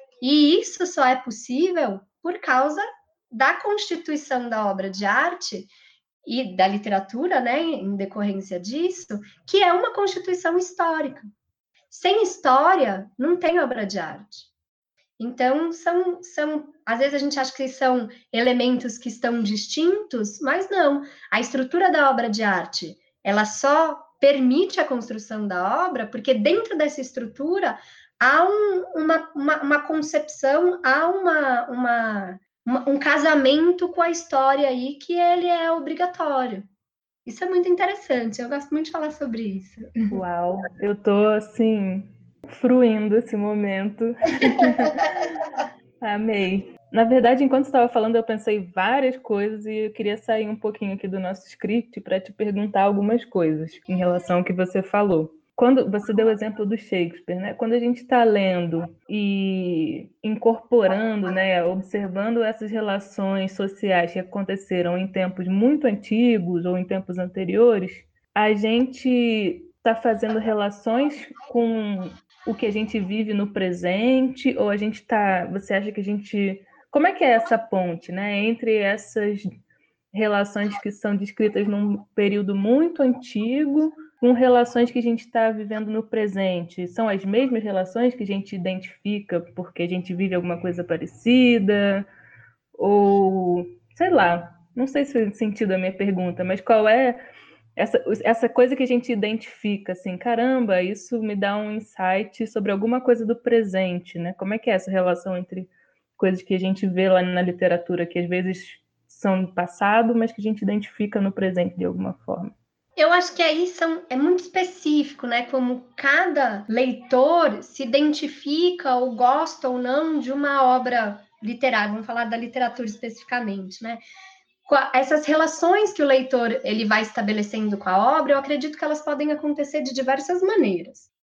E isso só é possível por causa da constituição da obra de arte e da literatura, né, em decorrência disso, que é uma constituição histórica. Sem história, não tem obra de arte. Então, são, são, às vezes a gente acha que são elementos que estão distintos, mas não. A estrutura da obra de arte, ela só permite a construção da obra porque dentro dessa estrutura há um, uma, uma, uma concepção, há uma, uma, uma, um casamento com a história aí que ele é obrigatório. Isso é muito interessante, eu gosto muito de falar sobre isso. Uau, eu tô assim, fruindo esse momento. Amei. Na verdade, enquanto você estava falando, eu pensei várias coisas e eu queria sair um pouquinho aqui do nosso script para te perguntar algumas coisas em relação ao que você falou. Quando você deu o exemplo do Shakespeare, né? Quando a gente está lendo e incorporando, né, observando essas relações sociais que aconteceram em tempos muito antigos ou em tempos anteriores, a gente está fazendo relações com o que a gente vive no presente, ou a gente está... Você acha que a gente... Como é que é essa ponte, né, entre essas relações que são descritas num período muito antigo com relações que a gente está vivendo no presente? São as mesmas relações que a gente identifica porque a gente vive alguma coisa parecida? Ou, sei lá, não sei se fez sentido a minha pergunta, mas qual é essa, essa coisa que a gente identifica, assim, caramba, isso me dá um insight sobre alguma coisa do presente, né? Como é que é essa relação entre coisas que a gente vê lá na literatura, que às vezes são do passado, mas que a gente identifica no presente de alguma forma? Eu acho que aí são, é muito específico, né? Como cada leitor se identifica ou gosta ou não de uma obra literária. Vamos falar da literatura especificamente, né? Essas relações que o leitor ele vai estabelecendo com a obra, eu acredito que elas podem acontecer de diversas maneiras.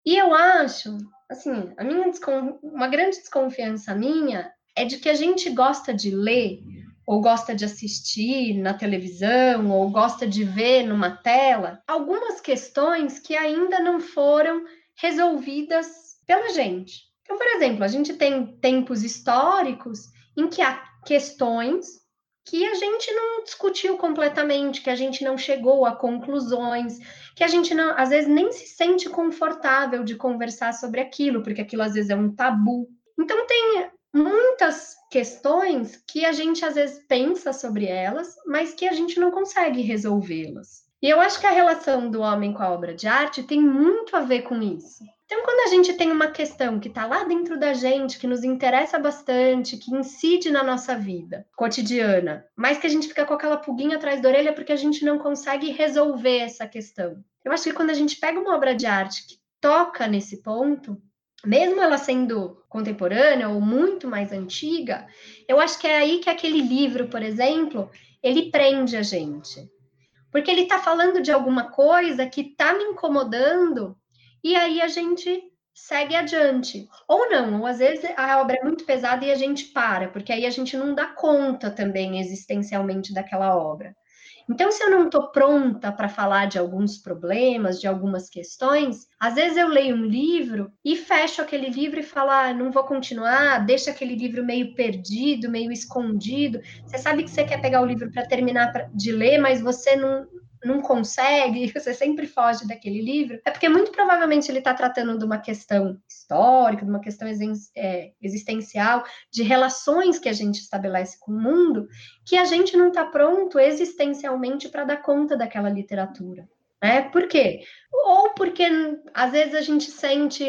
E eu acho, assim, a minha descon... uma grande desconfiança minha é de que a gente gosta de ler, ou gosta de assistir na televisão, ou gosta de ver numa tela, algumas questões que ainda não foram resolvidas pela gente. Então, por exemplo, a gente tem tempos históricos em que há questões que a gente não discutiu completamente, que a gente não chegou a conclusões, que a gente não, às vezes nem se sente confortável de conversar sobre aquilo, porque aquilo às vezes é um tabu. Então tem muitas questões que a gente às vezes pensa sobre elas, mas que a gente não consegue resolvê-las. E eu acho que a relação do homem com a obra de arte tem muito a ver com isso. Então, quando a gente tem uma questão que está lá dentro da gente, que nos interessa bastante, que incide na nossa vida cotidiana, mas que a gente fica com aquela pulguinha atrás da orelha porque a gente não consegue resolver essa questão. Eu acho que quando a gente pega uma obra de arte que toca nesse ponto, mesmo ela sendo contemporânea ou muito mais antiga, eu acho que é aí que aquele livro, por exemplo, ele prende a gente. Porque ele está falando de alguma coisa que está me incomodando e aí a gente segue adiante. Ou não, ou às vezes a obra é muito pesada e a gente para, porque aí a gente não dá conta também existencialmente daquela obra. Então, se eu não estou pronta para falar de alguns problemas, de algumas questões, às vezes eu leio um livro e fecho aquele livro e falo, ah, não vou continuar, deixa aquele livro meio perdido, meio escondido. Você sabe que você quer pegar o livro para terminar de ler, mas você não, não consegue, você sempre foge daquele livro, é porque muito provavelmente ele está tratando de uma questão histórica, de uma questão é, existencial, de relações que a gente estabelece com o mundo, que a gente não está pronto existencialmente para dar conta daquela literatura. Né? Por quê? Ou porque às vezes a gente sente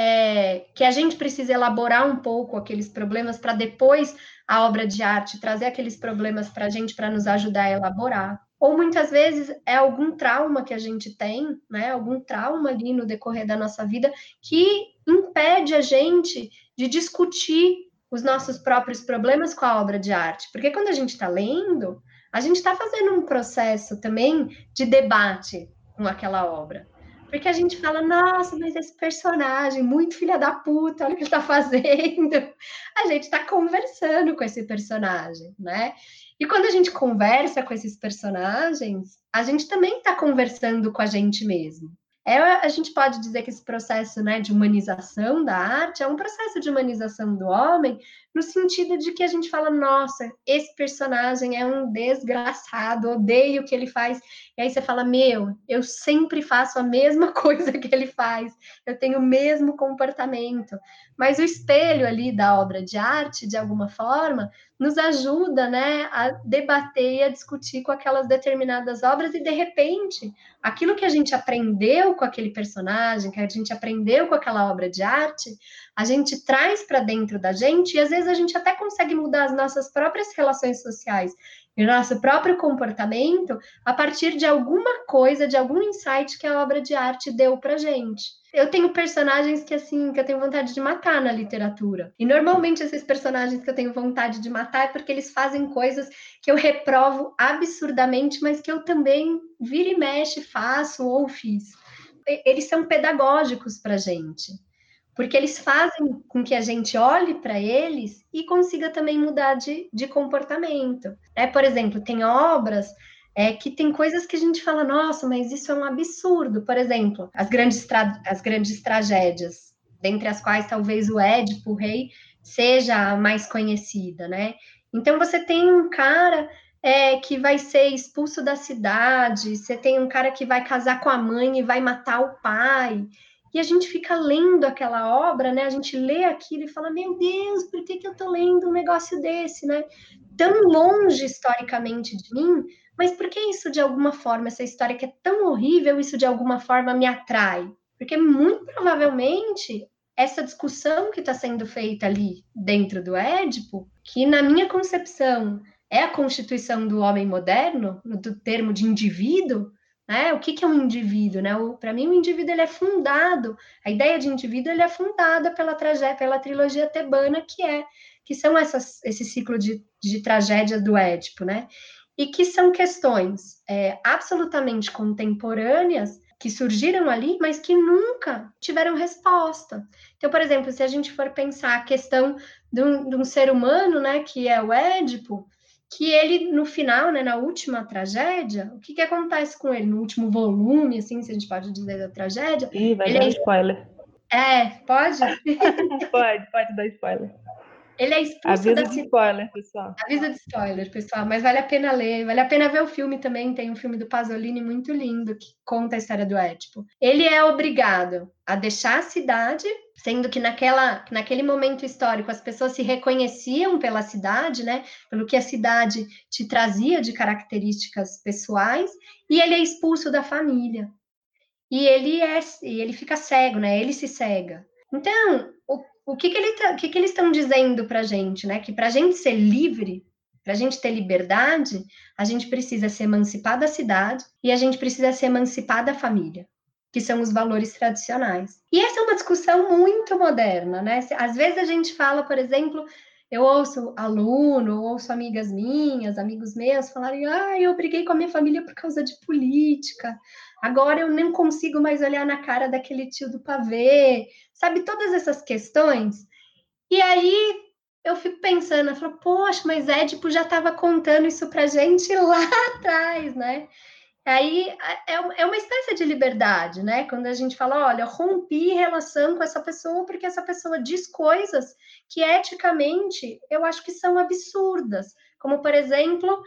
é, que a gente precisa elaborar um pouco aqueles problemas para depois a obra de arte trazer aqueles problemas para a gente para nos ajudar a elaborar. Ou muitas vezes é algum trauma que a gente tem, né? Algum trauma ali no decorrer da nossa vida que impede a gente de discutir os nossos próprios problemas com a obra de arte. Porque quando a gente está lendo, a gente está fazendo um processo também de debate com aquela obra. Porque a gente fala, nossa, mas esse personagem, muito filha da puta, olha o que ele está fazendo. A gente está conversando com esse personagem, né? E quando a gente conversa com esses personagens, a gente também está conversando com a gente mesmo. É, a gente pode dizer que esse processo, né, de humanização da arte é um processo de humanização do homem, no sentido de que a gente fala, nossa, esse personagem é um desgraçado, odeio o que ele faz. E aí você fala, meu, eu sempre faço a mesma coisa que ele faz, eu tenho o mesmo comportamento. Mas o espelho ali da obra de arte, de alguma forma, nos ajuda, né, a debater e a discutir com aquelas determinadas obras e, de repente, aquilo que a gente aprendeu com aquele personagem, que a gente aprendeu com aquela obra de arte, a gente traz para dentro da gente e, às vezes, a gente até consegue mudar as nossas próprias relações sociais e o nosso próprio comportamento a partir de alguma coisa, de algum insight que a obra de arte deu para gente. Eu tenho personagens que, assim, que eu tenho vontade de matar na literatura. E, normalmente, esses personagens que eu tenho vontade de matar é porque eles fazem coisas que eu reprovo absurdamente, mas que eu também vira e mexe, faço ou fiz. Eles são pedagógicos para a gente. Porque eles fazem com que a gente olhe para eles e consiga também mudar de, de comportamento. É, por exemplo, tem obras é, que tem coisas que a gente fala, nossa, mas isso é um absurdo. Por exemplo, as grandes, tra as grandes tragédias, dentre as quais talvez o Édipo, o rei, seja a mais conhecida, né? Então você tem um cara é, que vai ser expulso da cidade, você tem um cara que vai casar com a mãe e vai matar o pai. E a gente fica lendo aquela obra, né? A gente lê aquilo e fala, meu Deus, por que, que eu tô lendo um negócio desse, né? Tão longe historicamente de mim, mas por que isso, de alguma forma, essa história que é tão horrível, isso de alguma forma me atrai? Porque muito provavelmente essa discussão que está sendo feita ali dentro do Édipo, que na minha concepção é a constituição do homem moderno, do termo de indivíduo, né? O que, que é um indivíduo? Né? Para mim, o indivíduo ele é fundado, a ideia de indivíduo ele é fundada pela, tragédia, pela trilogia tebana, que é que são essas, esse ciclo de, de tragédias do Édipo, né? E que são questões é, absolutamente contemporâneas, que surgiram ali, mas que nunca tiveram resposta. Então, por exemplo, se a gente for pensar a questão de um, de um ser humano, né, que é o Édipo, que ele, no final, né, na última tragédia, o que, que acontece com ele? No último volume, assim, se a gente pode dizer da tragédia, Ih, vai ele dar um spoiler. é... É, pode? Pode, pode dar spoiler. Ele é expulso Aviso da de cidade. spoiler, pessoal. Avisa de spoiler, pessoal, mas vale a pena ler, vale a pena ver o filme também. Tem um filme do Pasolini muito lindo que conta a história do Édipo. Ele é obrigado a deixar a cidade, sendo que naquela, naquele momento histórico as pessoas se reconheciam pela cidade, né? Pelo que a cidade te trazia de características pessoais, e ele é expulso da família. E ele é, e ele fica cego, né? Ele se cega. Então, o, o que, que, ele tá, o que, que eles estão dizendo para a gente, né? Que para a gente ser livre, para a gente ter liberdade, a gente precisa se emancipar da cidade e a gente precisa se emancipar da família, que são os valores tradicionais. E essa é uma discussão muito moderna, né? Às vezes a gente fala, por exemplo, eu ouço aluno, ouço amigas minhas, amigos meus falarem: ah, eu briguei com a minha família por causa de política. Agora eu nem consigo mais olhar na cara daquele tio do pavê, sabe? Todas essas questões. E aí eu fico pensando, eu falo, poxa, mas Édipo já estava contando isso pra gente lá atrás, né? Aí é uma espécie de liberdade, né? Quando a gente fala, olha, eu rompi relação com essa pessoa porque essa pessoa diz coisas que eticamente eu acho que são absurdas, como por exemplo,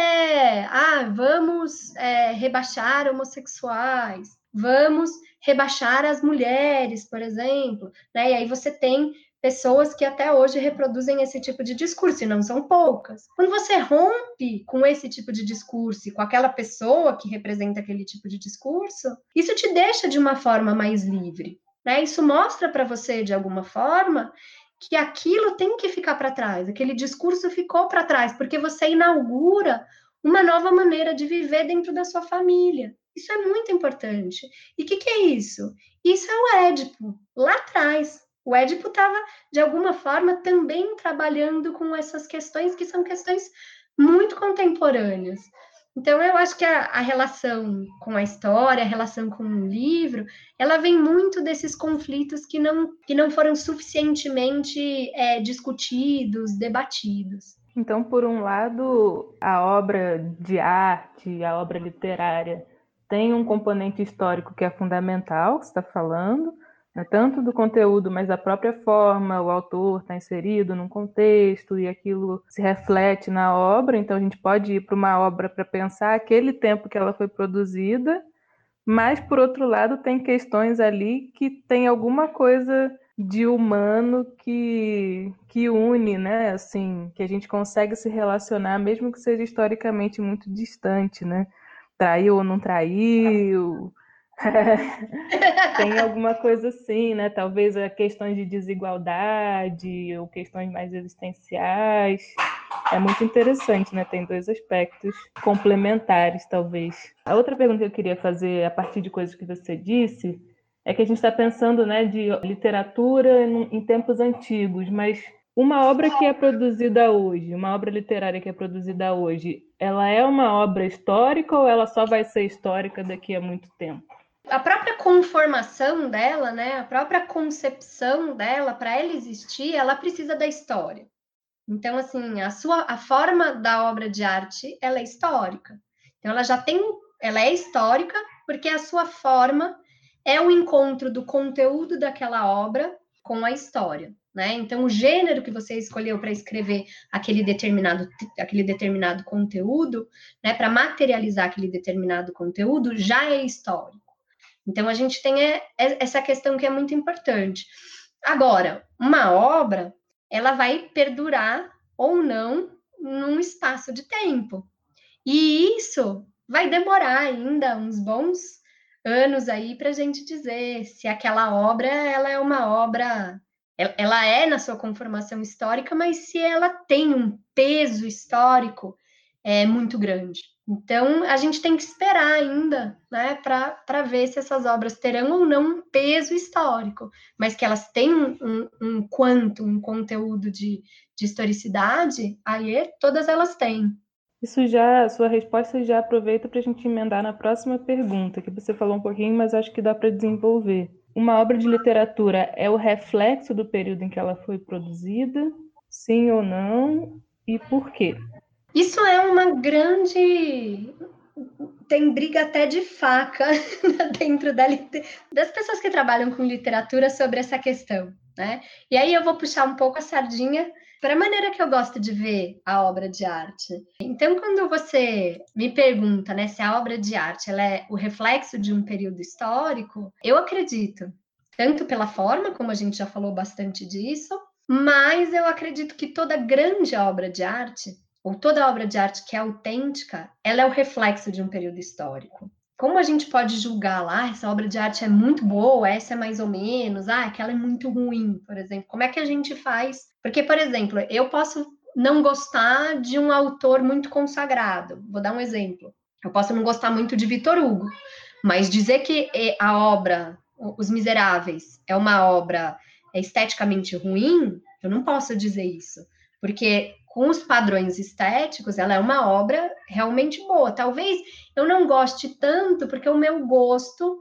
é, ah, vamos é, rebaixar homossexuais, vamos rebaixar as mulheres, por exemplo, né? E aí você tem pessoas que até hoje reproduzem esse tipo de discurso, e não são poucas. Quando você rompe com esse tipo de discurso, e com aquela pessoa que representa aquele tipo de discurso, isso te deixa de uma forma mais livre, né? Isso mostra para você, de alguma forma, que aquilo tem que ficar para trás, aquele discurso ficou para trás, porque você inaugura uma nova maneira de viver dentro da sua família. Isso é muito importante. E o que, que é isso? Isso é o Édipo, lá atrás. O Édipo estava, de alguma forma, também trabalhando com essas questões que são questões muito contemporâneas. Então, eu acho que a, a relação com a história, a relação com o livro, ela vem muito desses conflitos que não, que não foram suficientemente é, discutidos, debatidos. Então, por um lado, a obra de arte, a obra literária, tem um componente histórico que é fundamental, que você está falando, né? Tanto do conteúdo, mas da própria forma, o autor está inserido num contexto e aquilo se reflete na obra, então a gente pode ir para uma obra para pensar aquele tempo que ela foi produzida, mas, por outro lado, tem questões ali que tem alguma coisa de humano que, que une, né? Assim, que a gente consegue se relacionar, mesmo que seja historicamente muito distante, né? Traiu ou não traiu. Tem alguma coisa assim, né? Talvez questões de desigualdade ou questões mais existenciais. É muito interessante, né? Tem dois aspectos complementares, talvez. A outra pergunta que eu queria fazer, a partir de coisas que você disse, é que a gente está pensando, né, de literatura em tempos antigos, mas uma obra que é produzida hoje, uma obra literária que é produzida hoje, ela é uma obra histórica ou ela só vai ser histórica daqui a muito tempo? A própria conformação dela, né, a própria concepção dela, para ela existir, ela precisa da história. Então, assim, a sua, a forma da obra de arte, ela é histórica. Então, ela já tem, ela é histórica porque a sua forma é o encontro do conteúdo daquela obra com a história, né? Então, o gênero que você escolheu para escrever aquele determinado, aquele determinado conteúdo, né, para materializar aquele determinado conteúdo, já é histórico. Então, a gente tem essa questão que é muito importante. Agora, uma obra, ela vai perdurar ou não num espaço de tempo. E isso vai demorar ainda uns bons anos aí para a gente dizer se aquela obra ela é uma obra, ela é na sua conformação histórica, mas se ela tem um peso histórico é muito grande. Então, a gente tem que esperar ainda, né, para ver se essas obras terão ou não um peso histórico, mas que elas têm um, um, um quanto, um conteúdo de, de historicidade, aí todas elas têm. Isso já, a sua resposta já aproveita para a gente emendar na próxima pergunta, que você falou um pouquinho, mas acho que dá para desenvolver. Uma obra de literatura é o reflexo do período em que ela foi produzida? Sim ou não? E por quê? Isso é uma grande... Tem briga até de faca dentro da lit... das pessoas que trabalham com literatura sobre essa questão, né? E aí eu vou puxar um pouco a sardinha para a maneira que eu gosto de ver a obra de arte. Então, quando você me pergunta, né, se a obra de arte ela é o reflexo de um período histórico, eu acredito, tanto pela forma, como a gente já falou bastante disso, mas eu acredito que toda grande obra de arte, ou toda obra de arte que é autêntica, ela é o reflexo de um período histórico. Como a gente pode julgar lá, ah, essa obra de arte é muito boa, essa é mais ou menos, ah, aquela é muito ruim, por exemplo. Como é que a gente faz? Porque, por exemplo, eu posso não gostar de um autor muito consagrado. Vou dar um exemplo. Eu posso não gostar muito de Victor Hugo, mas dizer que a obra Os Miseráveis é uma obra esteticamente ruim, eu não posso dizer isso, porque com os padrões estéticos, ela é uma obra realmente boa. Talvez eu não goste tanto, porque o meu gosto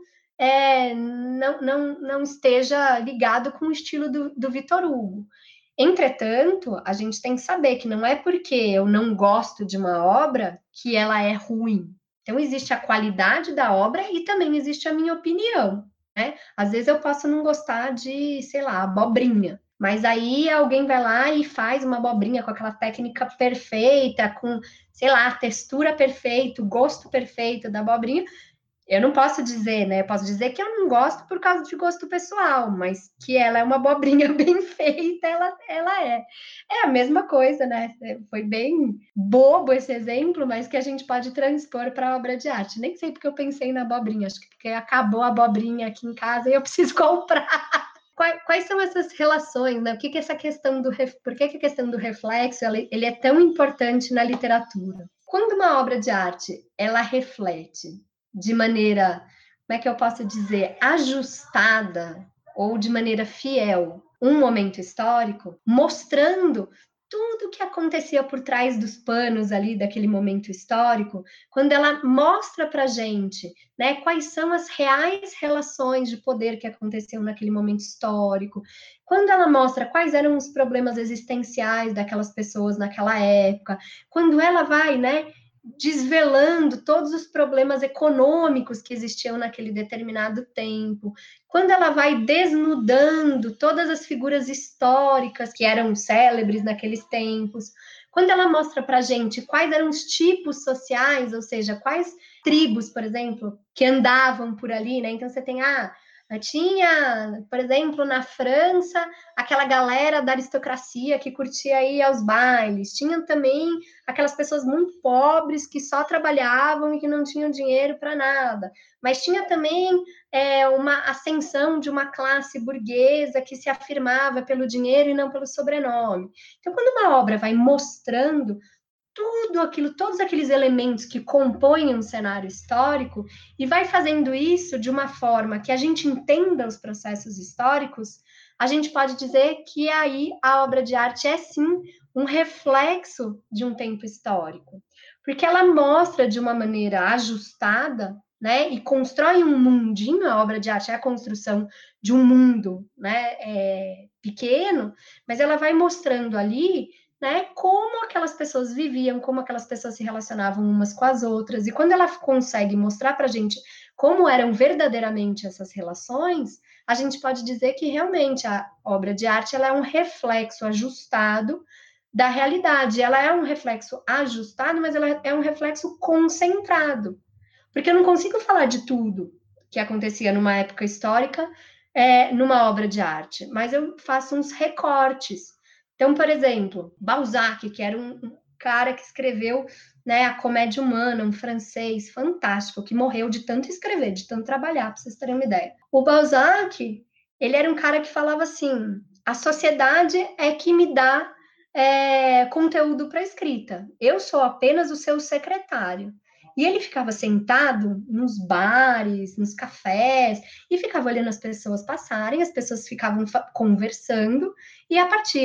é, não, não, não esteja ligado com o estilo do, do Victor Hugo. Entretanto, a gente tem que saber que não é porque eu não gosto de uma obra que ela é ruim. Então, existe a qualidade da obra e também existe a minha opinião, né? Às vezes eu posso não gostar de, sei lá, abobrinha, mas aí alguém vai lá e faz uma abobrinha com aquela técnica perfeita, com, sei lá, a textura perfeita, o gosto perfeito da abobrinha. Eu não posso dizer, né? Eu posso dizer que eu não gosto por causa de gosto pessoal, mas que ela é uma abobrinha bem feita, ela, ela é. É a mesma coisa, né? Foi bem bobo esse exemplo, mas que a gente pode transpor para a obra de arte. Nem sei porque eu pensei na abobrinha, acho que porque acabou a abobrinha aqui em casa e eu preciso comprar. Quais, quais são essas relações, né? O que, que essa questão do por que, que a questão do reflexo ele, ele é tão importante na literatura? Quando uma obra de arte ela reflete de maneira, como é que eu posso dizer, ajustada ou de maneira fiel um momento histórico, mostrando tudo o que acontecia por trás dos panos ali daquele momento histórico, quando ela mostra para a gente, né, quais são as reais relações de poder que aconteciam naquele momento histórico, quando ela mostra quais eram os problemas existenciais daquelas pessoas naquela época, quando ela vai, né, desvelando todos os problemas econômicos que existiam naquele determinado tempo, quando ela vai desnudando todas as figuras históricas que eram célebres naqueles tempos, quando ela mostra para a gente quais eram os tipos sociais, ou seja, quais tribos, por exemplo, que andavam por ali, né? Então você tem, ah, tinha, por exemplo, na França, aquela galera da aristocracia que curtia ir aos bailes. Tinha também aquelas pessoas muito pobres que só trabalhavam e que não tinham dinheiro para nada. Mas tinha também é, uma ascensão de uma classe burguesa que se afirmava pelo dinheiro e não pelo sobrenome. Então, quando uma obra vai mostrando tudo aquilo, todos aqueles elementos que compõem um cenário histórico e vai fazendo isso de uma forma que a gente entenda os processos históricos, a gente pode dizer que aí a obra de arte é sim um reflexo de um tempo histórico, porque ela mostra de uma maneira ajustada, né, e constrói um mundinho. A obra de arte é a construção de um mundo, né, é, pequeno, mas ela vai mostrando ali, né, como aquelas pessoas viviam, como aquelas pessoas se relacionavam umas com as outras, e quando ela consegue mostrar para a gente como eram verdadeiramente essas relações, a gente pode dizer que realmente a obra de arte ela é um reflexo ajustado da realidade. Ela é um reflexo ajustado, mas ela é um reflexo concentrado, porque eu não consigo falar de tudo que acontecia numa época histórica é, numa obra de arte, mas eu faço uns recortes. Então, por exemplo, Balzac, que era um cara que escreveu, né, a Comédia Humana, um francês fantástico, que morreu de tanto escrever, de tanto trabalhar, para vocês terem uma ideia. O Balzac, ele era um cara que falava assim, a sociedade é que me dá é, conteúdo para escrita. Eu sou apenas o seu secretário. E ele ficava sentado nos bares, nos cafés, e ficava olhando as pessoas passarem, as pessoas ficavam conversando, e a partir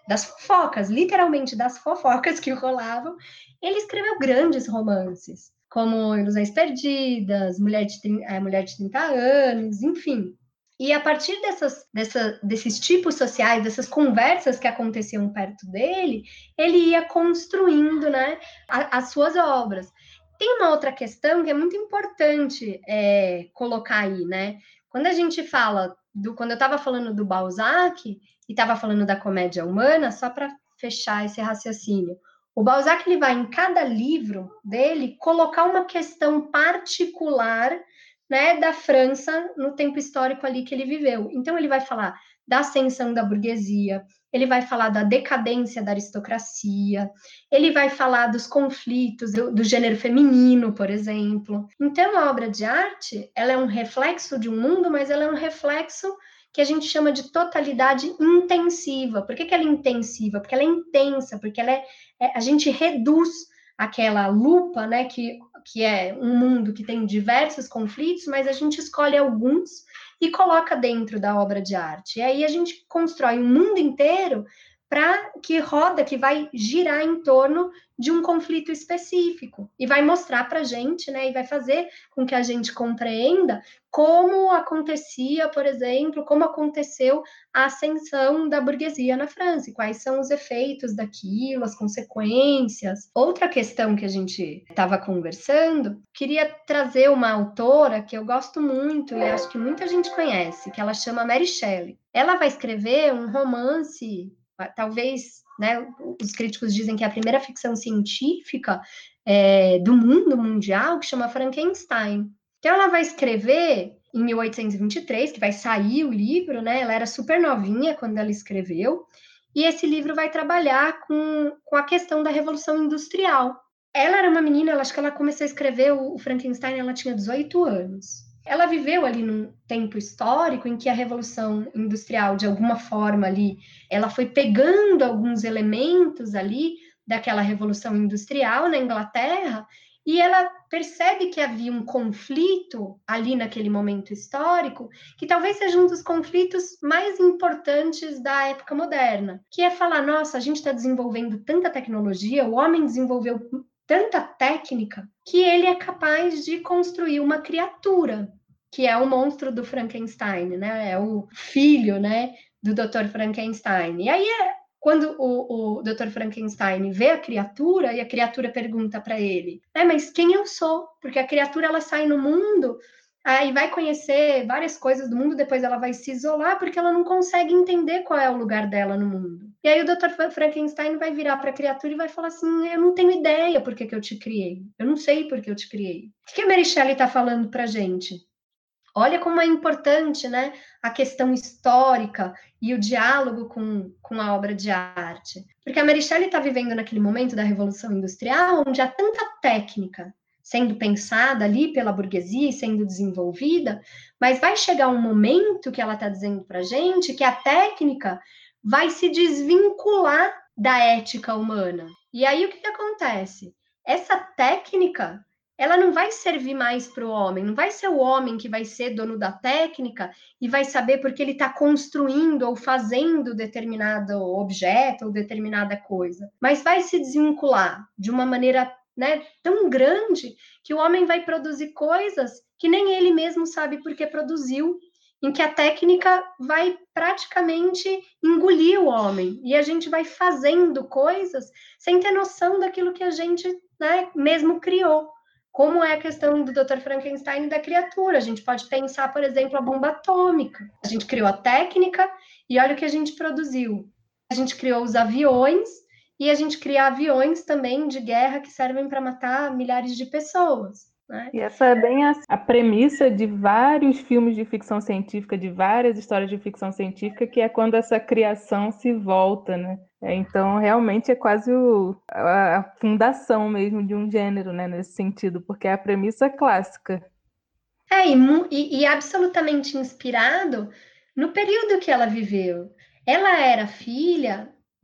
das fofocas, literalmente das fofocas que rolavam, ele escreveu grandes romances, como Ilusões Perdidas, Mulher de, a Mulher de trinta anos, enfim. E a partir dessas, dessa, desses tipos sociais, dessas conversas que aconteciam perto dele, ele ia construindo, né, a, as suas obras. Tem uma outra questão que é muito importante é, colocar aí, né? Quando a gente fala, do, quando eu estava falando do Balzac e estava falando da comédia humana, só para fechar esse raciocínio, o Balzac ele vai em cada livro dele colocar uma questão particular, né, da França no tempo histórico ali que ele viveu. Então ele vai falar da ascensão da burguesia, ele vai falar da decadência da aristocracia, ele vai falar dos conflitos do, do gênero feminino, por exemplo. Então a obra de arte, ela é um reflexo de um mundo, mas ela é um reflexo que a gente chama de totalidade intensiva. Por que, que ela é intensiva? Porque ela é intensa, porque ela é, é a gente reduz aquela lupa, né, que, que é um mundo que tem diversos conflitos, mas a gente escolhe alguns e coloca dentro da obra de arte. E aí a gente constrói um mundo inteiro para que roda, que vai girar em torno de um conflito específico e vai mostrar para a gente, né, e vai fazer com que a gente compreenda como acontecia, por exemplo, como aconteceu a ascensão da burguesia na França, e quais são os efeitos daquilo, as consequências. Outra questão que a gente estava conversando, queria trazer uma autora que eu gosto muito e acho que muita gente conhece, que ela chama Mary Shelley. Ela vai escrever um romance, talvez, né, os críticos dizem que é a primeira ficção científica é, do mundo mundial, que chama Frankenstein. Então, ela vai escrever em mil oitocentos e vinte e três, que vai sair o livro, né? Ela era super novinha quando ela escreveu, e esse livro vai trabalhar com, com a questão da Revolução Industrial. Ela era uma menina, ela, acho que ela começou a escrever o, o Frankenstein, ela tinha dezoito anos. Ela viveu ali num tempo histórico em que a Revolução Industrial, de alguma forma ali, ela foi pegando alguns elementos ali daquela Revolução Industrial na Inglaterra, e ela percebe que havia um conflito ali naquele momento histórico, que talvez seja um dos conflitos mais importantes da época moderna, que é falar, nossa, a gente está desenvolvendo tanta tecnologia, o homem desenvolveu tanta técnica, que ele é capaz de construir uma criatura, que é o monstro do Frankenstein, né? É o filho, né, do doutor Frankenstein. E aí é quando o, o doutor Frankenstein vê a criatura e a criatura pergunta para ele, é, mas quem eu sou? Porque a criatura ela sai no mundo aí vai conhecer várias coisas do mundo, depois ela vai se isolar porque ela não consegue entender qual é o lugar dela no mundo. E aí o doutor Frankenstein vai virar para a criatura e vai falar assim, eu não tenho ideia por que, que eu te criei, eu não sei por que eu te criei. O que a Mary Shelley está falando para a gente? Olha como é importante, né, a questão histórica e o diálogo com, com a obra de arte. Porque a Mary Shelley está vivendo naquele momento da Revolução Industrial, onde há tanta técnica sendo pensada ali pela burguesia e sendo desenvolvida, mas vai chegar um momento que ela está dizendo para a gente que a técnica vai se desvincular da ética humana. E aí o que, que acontece? Essa técnica ela não vai servir mais para o homem, não vai ser o homem que vai ser dono da técnica e vai saber porque ele está construindo ou fazendo determinado objeto ou determinada coisa, mas vai se desvincular de uma maneira, né, tão grande que o homem vai produzir coisas que nem ele mesmo sabe por que produziu, em que a técnica vai praticamente engolir o homem e a gente vai fazendo coisas sem ter noção daquilo que a gente, né, mesmo criou. Como é a questão do doutor Frankenstein e da criatura. A gente pode pensar, por exemplo, a bomba atômica. A gente criou a técnica e olha o que a gente produziu. A gente criou os aviões e a gente cria aviões também de guerra que servem para matar milhares de pessoas. Né? E essa é bem a, a premissa de vários filmes de ficção científica, de várias histórias de ficção científica, que é quando essa criação se volta, né? Então, realmente é quase o, a, a fundação mesmo de um gênero, né, nesse sentido, porque é a premissa clássica. É, e, e, e absolutamente inspirado no período que ela viveu. Ela era filha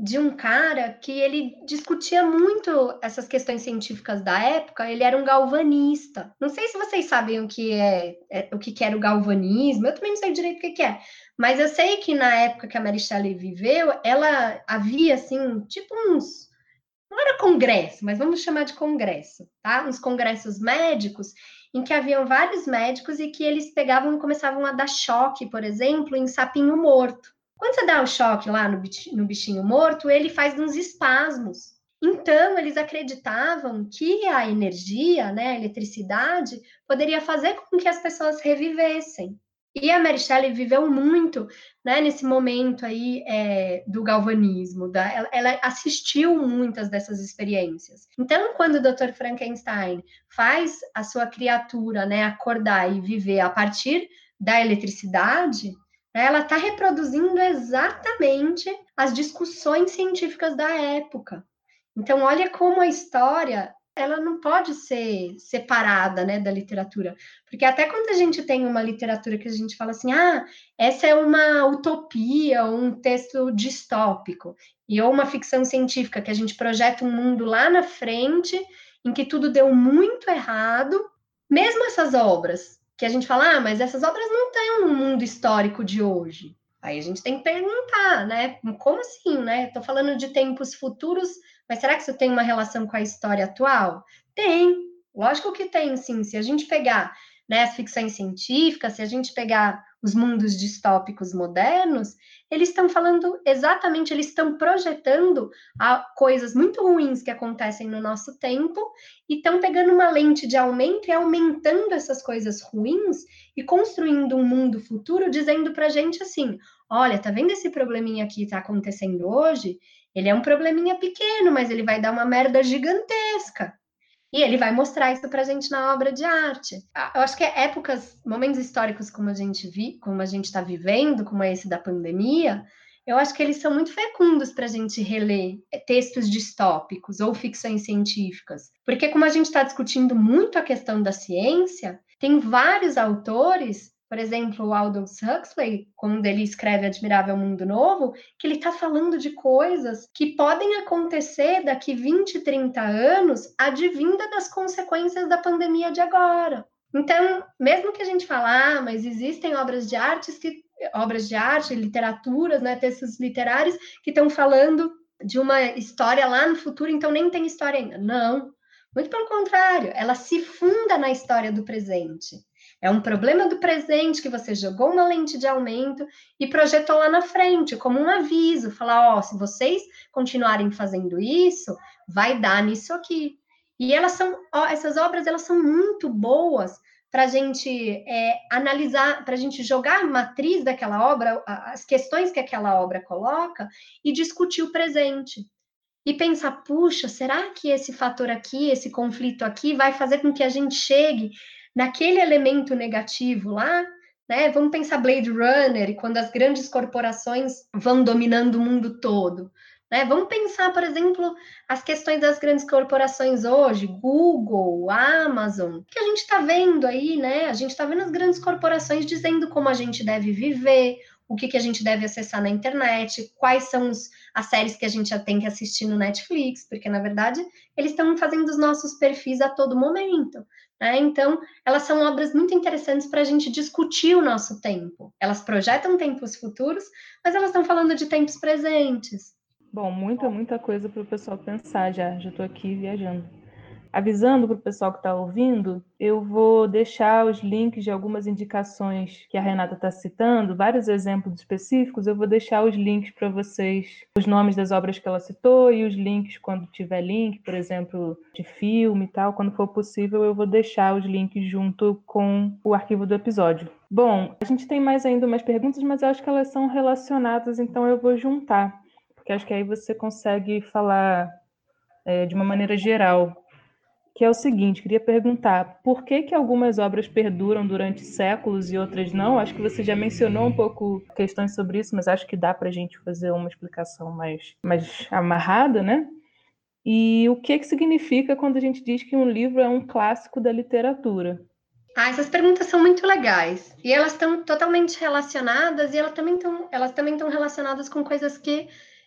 de um cara que ele discutia muito essas questões científicas da época. Ele era um galvanista. Não sei se vocês sabem o que é, é o que, que era o galvanismo. Eu também não sei direito o que, que é. Mas eu sei que na época que a Mary Shelley viveu, ela havia assim, tipo uns, não era congresso, mas vamos chamar de congresso, tá? Uns congressos médicos em que haviam vários médicos e que eles pegavam e começavam a dar choque, por exemplo, em sapinho morto. Quando você dá o choque lá no bichinho, no bichinho morto, ele faz uns espasmos. Então, eles acreditavam que a energia, né, a eletricidade, poderia fazer com que as pessoas revivessem. E a Mary Shelley viveu muito, né, nesse momento aí é, do galvanismo. Da, ela, ela assistiu muitas dessas experiências. Então, quando o doutor Frankenstein faz a sua criatura, né, acordar e viver a partir da eletricidade, ela está reproduzindo exatamente as discussões científicas da época. Então, olha como a história ela não pode ser separada, né, da literatura, porque até quando a gente tem uma literatura que a gente fala assim, ah, essa é uma utopia, um texto distópico, e ou uma ficção científica que a gente projeta um mundo lá na frente em que tudo deu muito errado, mesmo essas obras que a gente fala, ah, mas essas obras não estão no mundo histórico de hoje. Aí a gente tem que perguntar, né? Como assim, né? Estou falando de tempos futuros, mas será que isso tem uma relação com a história atual? Tem, lógico que tem, sim. Se a gente pegar, né, as ficções científicas, se a gente pegar os mundos distópicos modernos, eles estão falando exatamente, eles estão projetando a, coisas muito ruins que acontecem no nosso tempo e estão pegando uma lente de aumento e aumentando essas coisas ruins e construindo um mundo futuro, dizendo para a gente assim, olha, tá vendo esse probleminha aqui que está acontecendo hoje? Ele é um probleminha pequeno, mas ele vai dar uma merda gigantesca. E ele vai mostrar isso pra gente na obra de arte. Eu acho que épocas, momentos históricos como a gente vi, como a gente está vivendo, como é esse da pandemia, eu acho que eles são muito fecundos para a gente reler textos distópicos ou ficções científicas. Porque como a gente está discutindo muito a questão da ciência, tem vários autores, por exemplo, o Aldous Huxley, quando ele escreve Admirável Mundo Novo, que ele está falando de coisas que podem acontecer daqui vinte, trinta anos, advinda das consequências da pandemia de agora. Então, mesmo que a gente fale, ah, mas existem obras de artes que obras de arte, literaturas, né, textos literários que estão falando de uma história lá no futuro, então nem tem história ainda. Não, muito pelo contrário, ela se funda na história do presente. É um problema do presente que você jogou uma lente de aumento e projetou lá na frente, como um aviso, falar, ó, oh, se vocês continuarem fazendo isso, vai dar nisso aqui. E elas são, ó, essas obras, elas são muito boas para a gente é, analisar, para a gente jogar a matriz daquela obra, as questões que aquela obra coloca e discutir o presente. E pensar, puxa, será que esse fator aqui, esse conflito aqui, vai fazer com que a gente chegue naquele elemento negativo lá, né? Vamos pensar Blade Runner, quando as grandes corporações vão dominando o mundo todo. Né? Vamos pensar, por exemplo, as questões das grandes corporações hoje, Google, Amazon, que a gente está vendo aí, né? A gente está vendo as grandes corporações dizendo como a gente deve viver, o que, que a gente deve acessar na internet, quais são os, as séries que a gente já tem que assistir no Netflix, porque, na verdade, eles estão fazendo os nossos perfis a todo momento. Né? Então, elas são obras muito interessantes para a gente discutir o nosso tempo. Elas projetam tempos futuros, mas elas estão falando de tempos presentes. Bom, muita, muita coisa para o pessoal pensar já. Já estou aqui viajando. Avisando para o pessoal que está ouvindo, eu vou deixar os links de algumas indicações que a Renata está citando, vários exemplos específicos, eu vou deixar os links para vocês, os nomes das obras que ela citou e os links quando tiver link, por exemplo, de filme e tal, quando for possível eu vou deixar os links junto com o arquivo do episódio. Bom, a gente tem mais ainda umas perguntas, mas eu acho que elas são relacionadas, então eu vou juntar, porque acho que aí você consegue falar é, de uma maneira geral. Que é o seguinte, queria perguntar, por que que algumas obras perduram durante séculos e outras não? Acho que você já mencionou um pouco questões sobre isso, mas acho que dá para a gente fazer uma explicação mais, mais amarrada, né? E o que que significa quando a gente diz que um livro é um clássico da literatura? Ah, essas perguntas são muito legais. E elas estão totalmente relacionadas, e elas também estão, elas também estão relacionadas com coisas que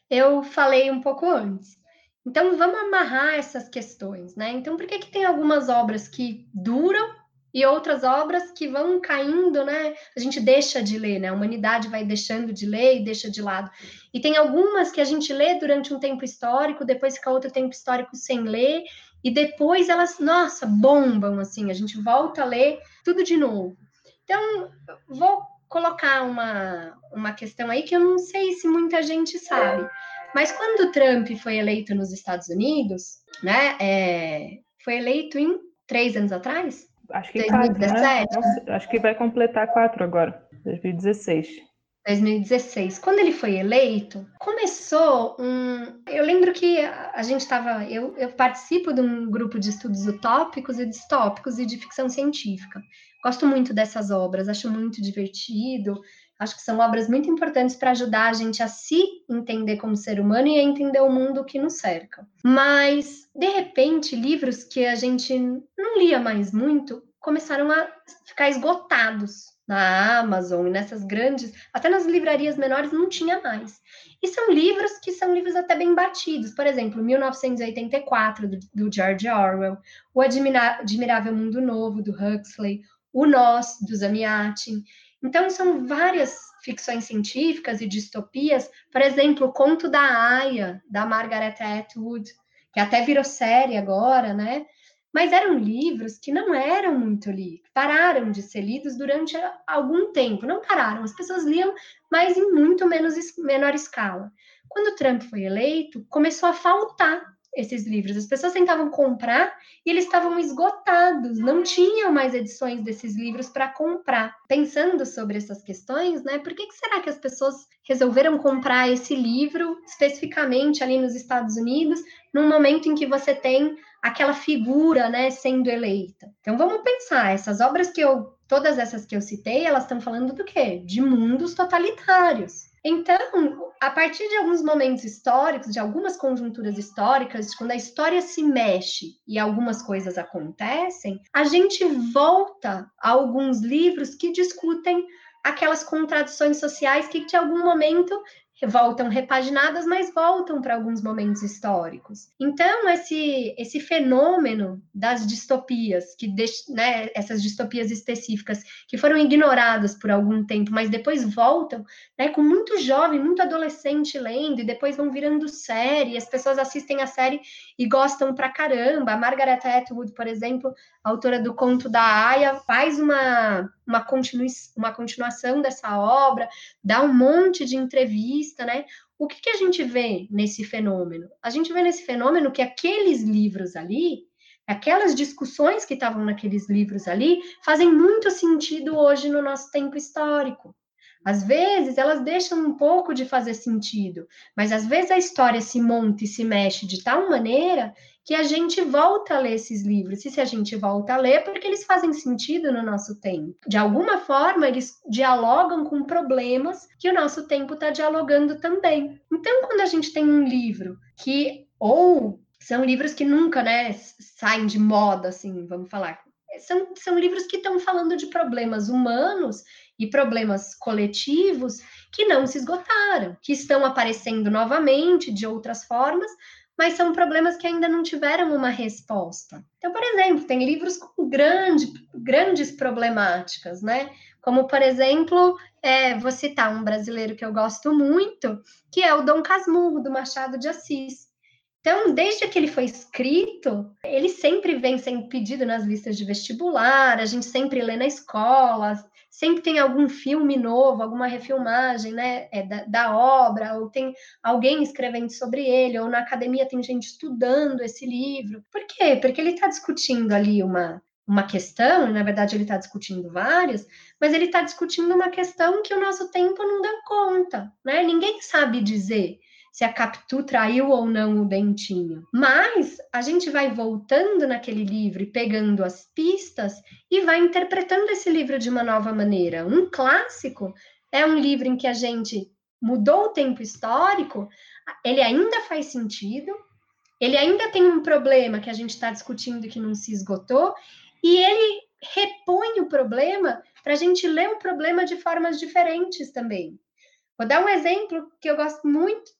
eu falei um pouco antes. Então, vamos amarrar essas questões, né? Então, por que que tem algumas obras que duram e outras obras que vão caindo, né? A gente deixa de ler, né? A humanidade vai deixando de ler e deixa de lado. E tem algumas que a gente lê durante um tempo histórico, depois fica outro tempo histórico sem ler, e depois elas, nossa, bombam, assim, a gente volta a ler tudo de novo. Então, vou colocar uma, uma questão aí que eu não sei se muita gente sabe. Mas quando o Trump foi eleito nos Estados Unidos, né, é, foi eleito em três anos atrás, Acho que quatro, né? dois mil e dezessete, Não sei, acho que vai completar quatro agora, dois mil e dezesseis. dois mil e dezesseis. Quando ele foi eleito, começou um. Eu lembro que a gente estava. Eu, eu participo de um grupo de estudos utópicos e distópicos e de ficção científica. Gosto muito dessas obras, acho muito divertido. Acho que são obras muito importantes para ajudar a gente a se entender como ser humano e a entender o mundo que nos cerca. Mas, de repente, livros que a gente não lia mais muito começaram a ficar esgotados na Amazon e nessas grandes, até nas livrarias menores não tinha mais. E são livros que são livros até bem batidos. Por exemplo, mil novecentos e oitenta e quatro, do, do George Orwell, O Admira- Admirável Mundo Novo, do Huxley, O Nós, do Zamiatin. Então, são várias ficções científicas e distopias. Por exemplo, O Conto da Aia, da Margaret Atwood, que até virou série agora, né? Mas eram livros que não eram muito lidos, pararam de ser lidos durante algum tempo. Não pararam, as pessoas liam, mas em muito menos, menor escala. Quando o Trump foi eleito, começou a faltar esses livros. As pessoas tentavam comprar e eles estavam esgotados, não tinham mais edições desses livros para comprar. Pensando sobre essas questões, né, por que, que será que as pessoas resolveram comprar esse livro especificamente ali nos Estados Unidos, num momento em que você tem aquela figura, né, sendo eleita? Então vamos pensar, essas obras que eu, todas essas que eu citei, elas estão falando do quê? De mundos totalitários. Então, a partir de alguns momentos históricos, de algumas conjunturas históricas, quando a história se mexe e algumas coisas acontecem, a gente volta a alguns livros que discutem aquelas contradições sociais que de algum momento voltam repaginadas, mas voltam para alguns momentos históricos. Então, esse, esse fenômeno das distopias, que né, essas distopias específicas, que foram ignoradas por algum tempo, mas depois voltam, né, com muito jovem, muito adolescente lendo, e depois vão virando série, as pessoas assistem a série e gostam pra caramba. A Margaret Atwood, por exemplo, autora do Conto da Aia, faz uma, uma, continu, uma continuação dessa obra, dá um monte de entrevista, né? O que, que a gente vê nesse fenômeno? A gente vê nesse fenômeno que aqueles livros ali, aquelas discussões que estavam naqueles livros ali, fazem muito sentido hoje no nosso tempo histórico. Às vezes elas deixam um pouco de fazer sentido, mas às vezes a história se monta e se mexe de tal maneira que a gente volta a ler esses livros. E se a gente volta a ler, é porque eles fazem sentido no nosso tempo. De alguma forma, eles dialogam com problemas que o nosso tempo está dialogando também. Então, quando a gente tem um livro que, ou são livros que nunca, né, saem de moda, assim, vamos falar. São, são livros que estão falando de problemas humanos e problemas coletivos que não se esgotaram, que estão aparecendo novamente de outras formas, mas são problemas que ainda não tiveram uma resposta. Então, por exemplo, tem livros com grande, grandes problemáticas, né? Como, por exemplo, é, vou citar um brasileiro que eu gosto muito, que é o Dom Casmurro, do Machado de Assis. Então, desde que ele foi escrito, ele sempre vem sendo pedido nas listas de vestibular, a gente sempre lê na escola, sempre tem algum filme novo, alguma refilmagem, né, é, da, da obra, ou tem alguém escrevendo sobre ele, ou na academia tem gente estudando esse livro. Por quê? Porque ele está discutindo ali uma, uma questão, na verdade ele está discutindo várias, mas ele está discutindo uma questão que o nosso tempo não dá conta, né? Ninguém sabe dizer se a Capitu traiu ou não o Dentinho. Mas a gente vai voltando naquele livro e pegando as pistas e vai interpretando esse livro de uma nova maneira. Um clássico é um livro em que a gente mudou o tempo histórico, ele ainda faz sentido, ele ainda tem um problema que a gente está discutindo que não se esgotou, e ele repõe o problema para a gente ler o problema de formas diferentes também. Vou dar um exemplo que eu gosto muito,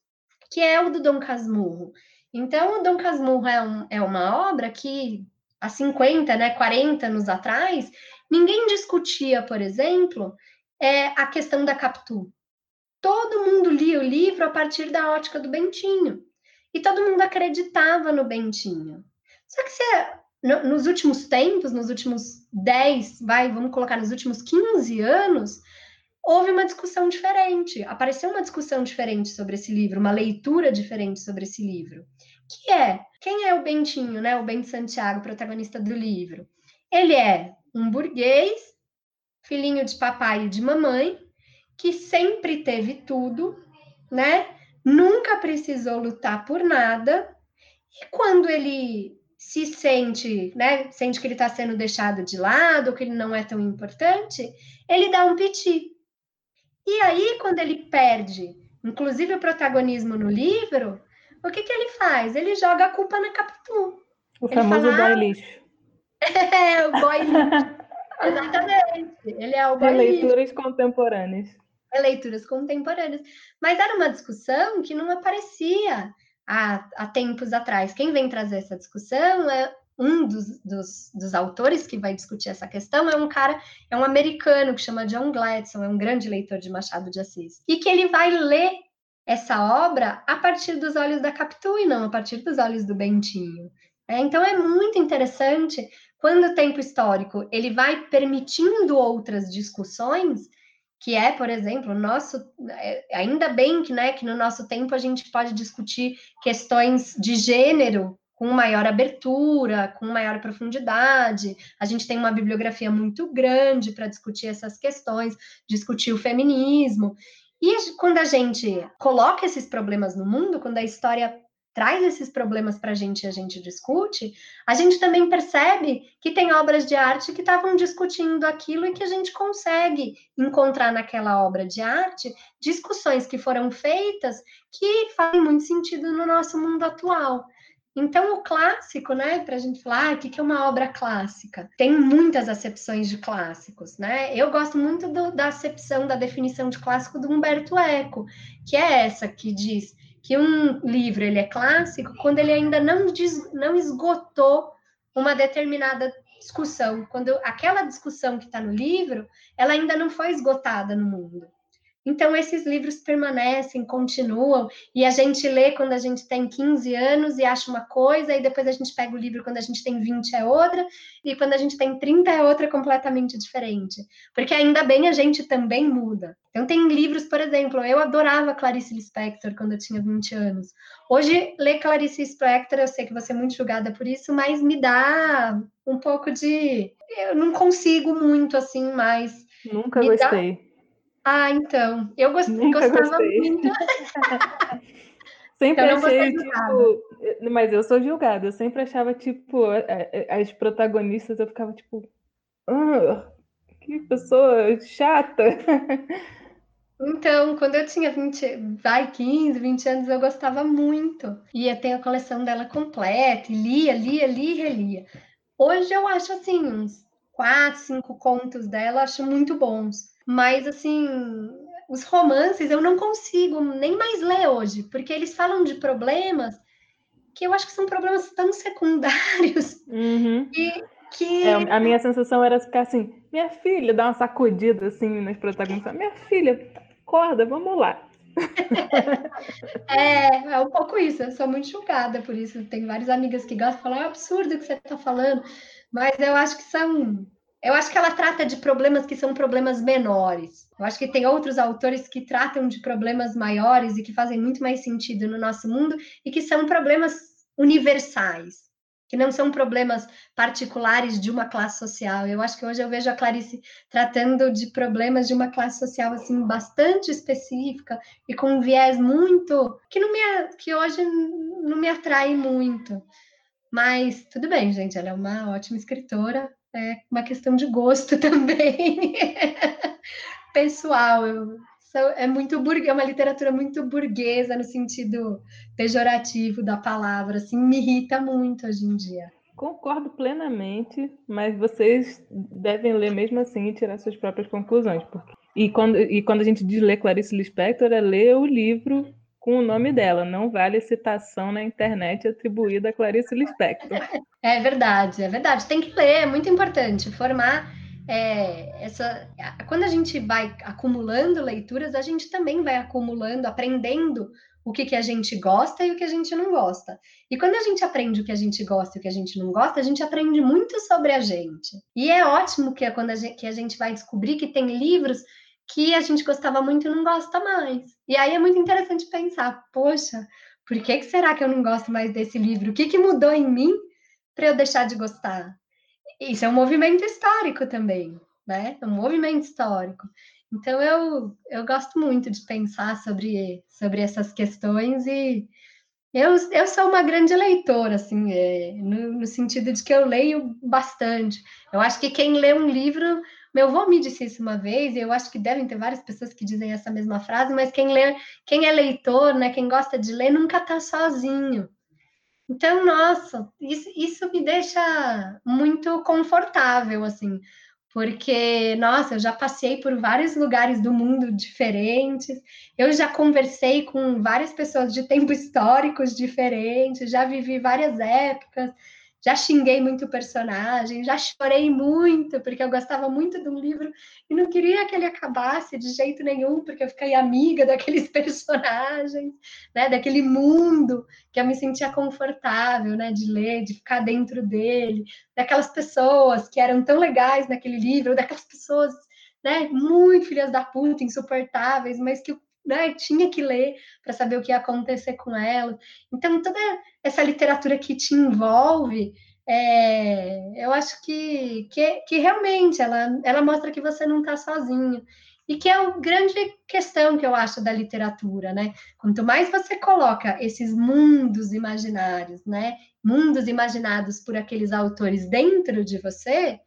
que é o do Dom Casmurro. Então, o Dom Casmurro é, um, é uma obra que, há cinquenta, né, quarenta anos atrás, ninguém discutia, por exemplo, é, a questão da Capitu. Todo mundo lia o livro a partir da ótica do Bentinho. E todo mundo acreditava no Bentinho. Só que você, no, nos últimos tempos, nos últimos dez, vai, vamos colocar nos últimos quinze anos, houve uma discussão diferente. Apareceu uma discussão diferente sobre esse livro, uma leitura diferente sobre esse livro. Que é, quem é o Bentinho, né? O Bento Santiago, protagonista do livro. Ele é um burguês, filhinho de papai e de mamãe, que sempre teve tudo, né? Nunca precisou lutar por nada. E quando ele se sente, né, sente que ele está sendo deixado de lado, que ele não é tão importante, ele dá um piti. E aí, quando ele perde, inclusive o protagonismo no livro, o que, que ele faz? Ele joga a culpa na Capitu. O Ele famoso fala, boy ah, lixo. é o boy lixo. Exatamente. Ele é o boy lixo. Releituras contemporâneas. Leituras contemporâneas. Mas era uma discussão que não aparecia há, há tempos atrás. Quem vem trazer essa discussão é um dos, dos, dos autores que vai discutir essa questão, é um cara, é um americano que chama John Gladson, é um grande leitor de Machado de Assis, e que ele vai ler essa obra a partir dos olhos da Capitu e não a partir dos olhos do Bentinho. É, então é muito interessante quando o tempo histórico ele vai permitindo outras discussões, que é, por exemplo, nosso, ainda bem que, né, que no nosso tempo a gente pode discutir questões de gênero com maior abertura, com maior profundidade. A gente tem uma bibliografia muito grande para discutir essas questões, discutir o feminismo. E quando a gente coloca esses problemas no mundo, quando a história traz esses problemas para a gente e a gente discute, a gente também percebe que tem obras de arte que estavam discutindo aquilo e que a gente consegue encontrar naquela obra de arte discussões que foram feitas que fazem muito sentido no nosso mundo atual. Então, o clássico, né, para a gente falar, ah, o que é uma obra clássica? Tem muitas acepções de clássicos, né? Eu gosto muito do, da acepção, da definição de clássico do Humberto Eco, que é essa que diz que um livro ele é clássico quando ele ainda não, diz, não esgotou uma determinada discussão, quando aquela discussão que está no livro, ela ainda não foi esgotada no mundo. Então, esses livros permanecem, continuam, e a gente lê quando a gente tem quinze anos e acha uma coisa, e depois a gente pega o livro quando a gente tem vinte é outra, e quando a gente tem trinta é outra completamente diferente. Porque ainda bem a gente também muda. Então, tem livros, por exemplo, eu adorava Clarice Lispector quando eu tinha vinte anos. Hoje, ler Clarice Lispector, eu sei que você é muito julgada por isso, mas me dá um pouco de... Eu não consigo muito, assim, mais... Nunca Me dá gostei. ah, então, eu gost... Nunca gostava gostei. muito. Sempre Eu não achei, gostei de nada. tipo... Mas eu sou julgada. Eu sempre achava, tipo, as protagonistas, eu ficava, tipo... Ah, que pessoa chata. Então, quando eu tinha vinte, vai, quinze, vinte anos, eu gostava muito. Ia ter a coleção dela completa, e lia, lia, lia e relia. Hoje eu acho, assim, uns quatro, cinco contos dela, acho muito bons. Mas, assim, os romances eu não consigo nem mais ler hoje, porque eles falam de problemas que eu acho que são problemas tão secundários Uhum. e que É, a minha sensação era ficar assim, minha filha, dar uma sacudida assim nas protagonistas. Minha filha, acorda, vamos lá. É, é um pouco isso, eu sou muito julgada por isso. Tem várias amigas que gostam de falar, é um absurdo o que você está falando, mas eu acho que são. Eu acho que ela trata de problemas que são problemas menores. Eu acho que tem outros autores que tratam de problemas maiores e que fazem muito mais sentido no nosso mundo e que são problemas universais, que não são problemas particulares de uma classe social. Eu acho que hoje eu vejo a Clarice tratando de problemas de uma classe social assim bastante específica e com um viés muito que não me que hoje não me atrai muito. Mas tudo bem, gente, ela é uma ótima escritora, é uma questão de gosto também. Pessoal, eu, é muito burguês, é uma literatura muito burguesa no sentido pejorativo da palavra, assim, me irrita muito hoje em dia. Concordo plenamente, mas vocês devem ler mesmo assim e tirar suas próprias conclusões. Porque... E, quando, e quando a gente diz ler Clarice Lispector, é ler o livro com o nome dela. Não vale citação na internet atribuída a Clarice Lispector. É verdade, é verdade. Tem que ler, é muito importante. Formar é, essa. Quando a gente vai acumulando leituras, a gente também vai acumulando, aprendendo o que, que a gente gosta e o que a gente não gosta. E quando a gente aprende o que a gente gosta e o que a gente não gosta, a gente aprende muito sobre a gente. E é ótimo que é quando a gente, que a gente vai descobrir que tem livros que a gente gostava muito e não gosta mais. E aí é muito interessante pensar, poxa, por que, que será que eu não gosto mais desse livro? O que, que mudou em mim para eu deixar de gostar? Isso é um movimento histórico também, né? É um movimento histórico. Então eu, eu gosto muito de pensar sobre, sobre essas questões e eu, eu sou uma grande leitora, assim, é, no, no sentido de que eu leio bastante. Eu acho que quem lê um livro, meu avô me disse isso uma vez, e eu acho que devem ter várias pessoas que dizem essa mesma frase, mas quem lê, quem é leitor, né, quem gosta de ler, nunca está sozinho. Então, nossa, isso, isso me deixa muito confortável, assim, porque, nossa, eu já passei por vários lugares do mundo diferentes, eu já conversei com várias pessoas de tempos históricos diferentes, já vivi várias épocas, já xinguei muito personagem, já chorei muito, porque eu gostava muito de um livro e não queria que ele acabasse de jeito nenhum, porque eu fiquei amiga daqueles personagens, né, daquele mundo que eu me sentia confortável, né, de ler, de ficar dentro dele, daquelas pessoas que eram tão legais naquele livro, daquelas pessoas, né, muito filhas da puta, insuportáveis, mas que, né, tinha que ler para saber o que ia acontecer com elas. Então, toda essa literatura que te envolve, é, eu acho que, que, que realmente ela, ela mostra que você não está sozinho. E que é a grande questão que eu acho da literatura, né? Quanto mais você coloca esses mundos imaginários, né? Mundos imaginados por aqueles autores dentro de você,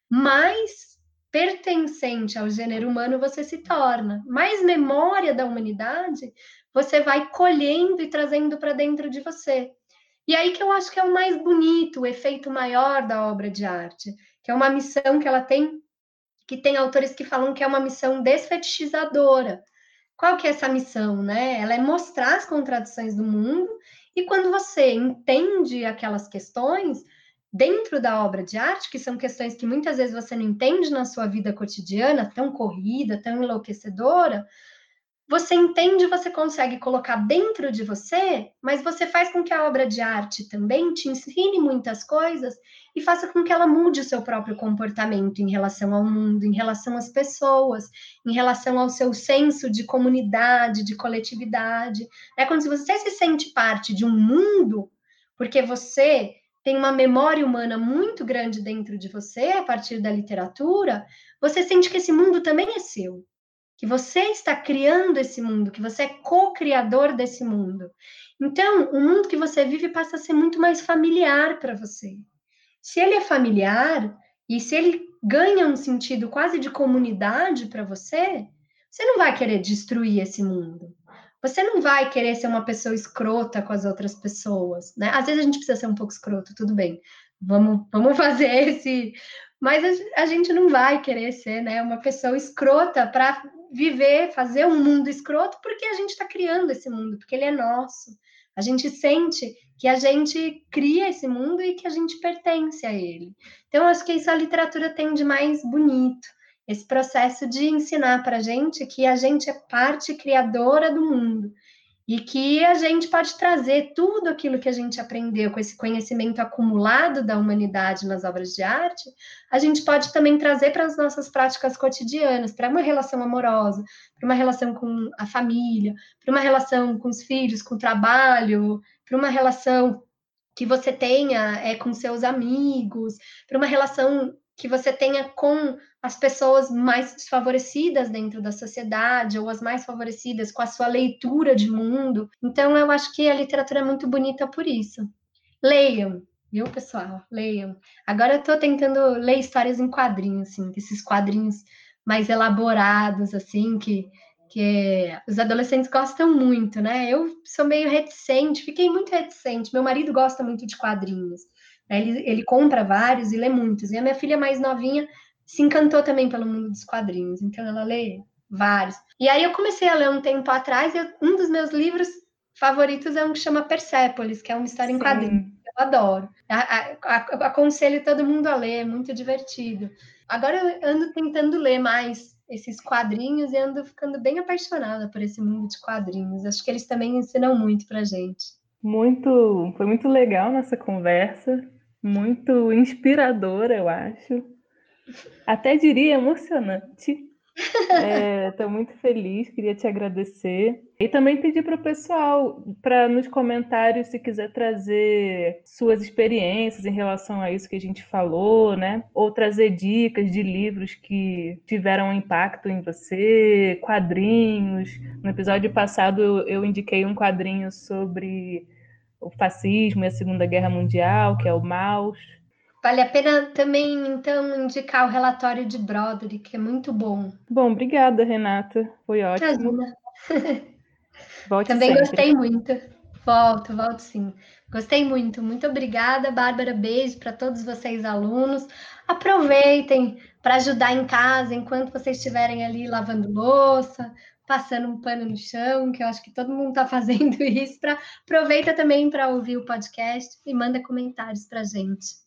mais pertencente ao gênero humano você se torna. Mais memória da humanidade você vai colhendo e trazendo para dentro de você. E aí que eu acho que é o mais bonito, o efeito maior da obra de arte, que é uma missão que ela tem, que tem autores que falam que é uma missão desfetichizadora. Qual que é essa missão, né? Ela é mostrar as contradições do mundo e quando você entende aquelas questões dentro da obra de arte, que são questões que muitas vezes você não entende na sua vida cotidiana, tão corrida, tão enlouquecedora, você entende, você consegue colocar dentro de você, mas você faz com que a obra de arte também te ensine muitas coisas e faça com que ela mude o seu próprio comportamento em relação ao mundo, em relação às pessoas, em relação ao seu senso de comunidade, de coletividade. É quando você se sente parte de um mundo, porque você tem uma memória humana muito grande dentro de você, a partir da literatura, você sente que esse mundo também é seu, que você está criando esse mundo, que você é co-criador desse mundo. Então, o mundo que você vive passa a ser muito mais familiar para você. Se ele é familiar e se ele ganha um sentido quase de comunidade para você, você não vai querer destruir esse mundo. Você não vai querer ser uma pessoa escrota com as outras pessoas, né? Às vezes a gente precisa ser um pouco escroto, tudo bem. Vamos, vamos fazer esse. Mas a, a gente não vai querer ser, né, uma pessoa escrota para viver, fazer um mundo escroto, porque a gente está criando esse mundo, porque ele é nosso. A gente sente que a gente cria esse mundo e que a gente pertence a ele. Então, eu acho que isso a literatura tem de mais bonito, esse processo de ensinar para a gente que a gente é parte criadora do mundo e que a gente pode trazer tudo aquilo que a gente aprendeu com esse conhecimento acumulado da humanidade nas obras de arte, a gente pode também trazer para as nossas práticas cotidianas, para uma relação amorosa, para uma relação com a família, para uma relação com os filhos, com o trabalho, para uma relação que você tenha é, com seus amigos, para uma relação que você tenha com as pessoas mais desfavorecidas dentro da sociedade, ou as mais favorecidas com a sua leitura de mundo. Então, eu acho que a literatura é muito bonita por isso. Leiam, viu, pessoal? Leiam. Agora eu estou tentando ler histórias em quadrinhos, assim, esses quadrinhos mais elaborados, assim, que que os adolescentes gostam muito, né? Eu sou meio reticente, fiquei muito reticente. Meu marido gosta muito de quadrinhos, né? Ele, ele compra vários e lê muitos. E a minha filha mais novinha se encantou também pelo mundo dos quadrinhos, então ela lê vários. E aí eu comecei a ler um tempo atrás, e eu, um dos meus livros favoritos é um que chama Persépolis, que é uma história em quadrinhos, Sim. que eu adoro. A, a, a, aconselho todo mundo a ler, é muito divertido. Agora eu ando tentando ler mais esses quadrinhos e ando ficando bem apaixonada por esse mundo de quadrinhos. Acho que eles também ensinam muito pra gente. Muito, foi muito legal nossa conversa, muito inspiradora, eu acho. Até diria emocionante. Estou muito feliz, queria te agradecer. E também pedir para o pessoal, para nos comentários, se quiser trazer suas experiências em relação a isso que a gente falou, né? Ou trazer dicas de livros que tiveram impacto em você, quadrinhos. No episódio passado eu, eu indiquei um quadrinho sobre o fascismo e a Segunda Guerra Mundial, que é o Maus. Vale a pena também, então, indicar o relatório de Broderick, que é muito bom. Bom, obrigada, Renata. Foi ótimo. Imagina. Volte Também sempre. gostei muito. Volto, volto sim. Gostei muito. Muito obrigada, Bárbara. Beijo para todos vocês, alunos. Aproveitem para ajudar em casa enquanto vocês estiverem ali lavando louça, passando um pano no chão, que eu acho que todo mundo está fazendo isso. Pra... Aproveita também para ouvir o podcast e manda comentários para gente.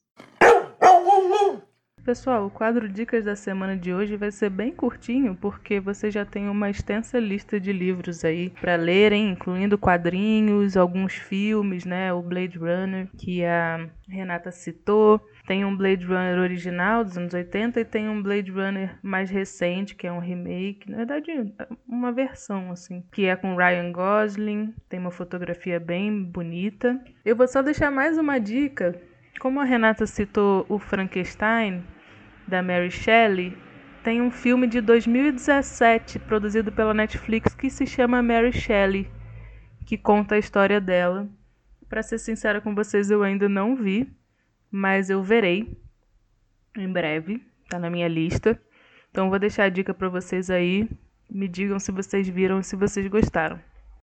Pessoal, o quadro Dicas da Semana de hoje vai ser bem curtinho, porque você já tem uma extensa lista de livros aí para lerem, incluindo quadrinhos, alguns filmes, né? O Blade Runner, que a Renata citou. Tem um Blade Runner original dos anos oitenta e tem um Blade Runner mais recente, que é um remake, na verdade, uma versão, assim, que é com Ryan Gosling, tem uma fotografia bem bonita. Eu vou só deixar mais uma dica. Como a Renata citou o Frankenstein, da Mary Shelley, tem um filme de dois mil e dezessete, produzido pela Netflix, que se chama Mary Shelley, que conta a história dela. Para ser sincera com vocês, eu ainda não vi, mas eu verei em breve, tá na minha lista. Então vou deixar a dica para vocês aí, me digam se vocês viram e se vocês gostaram.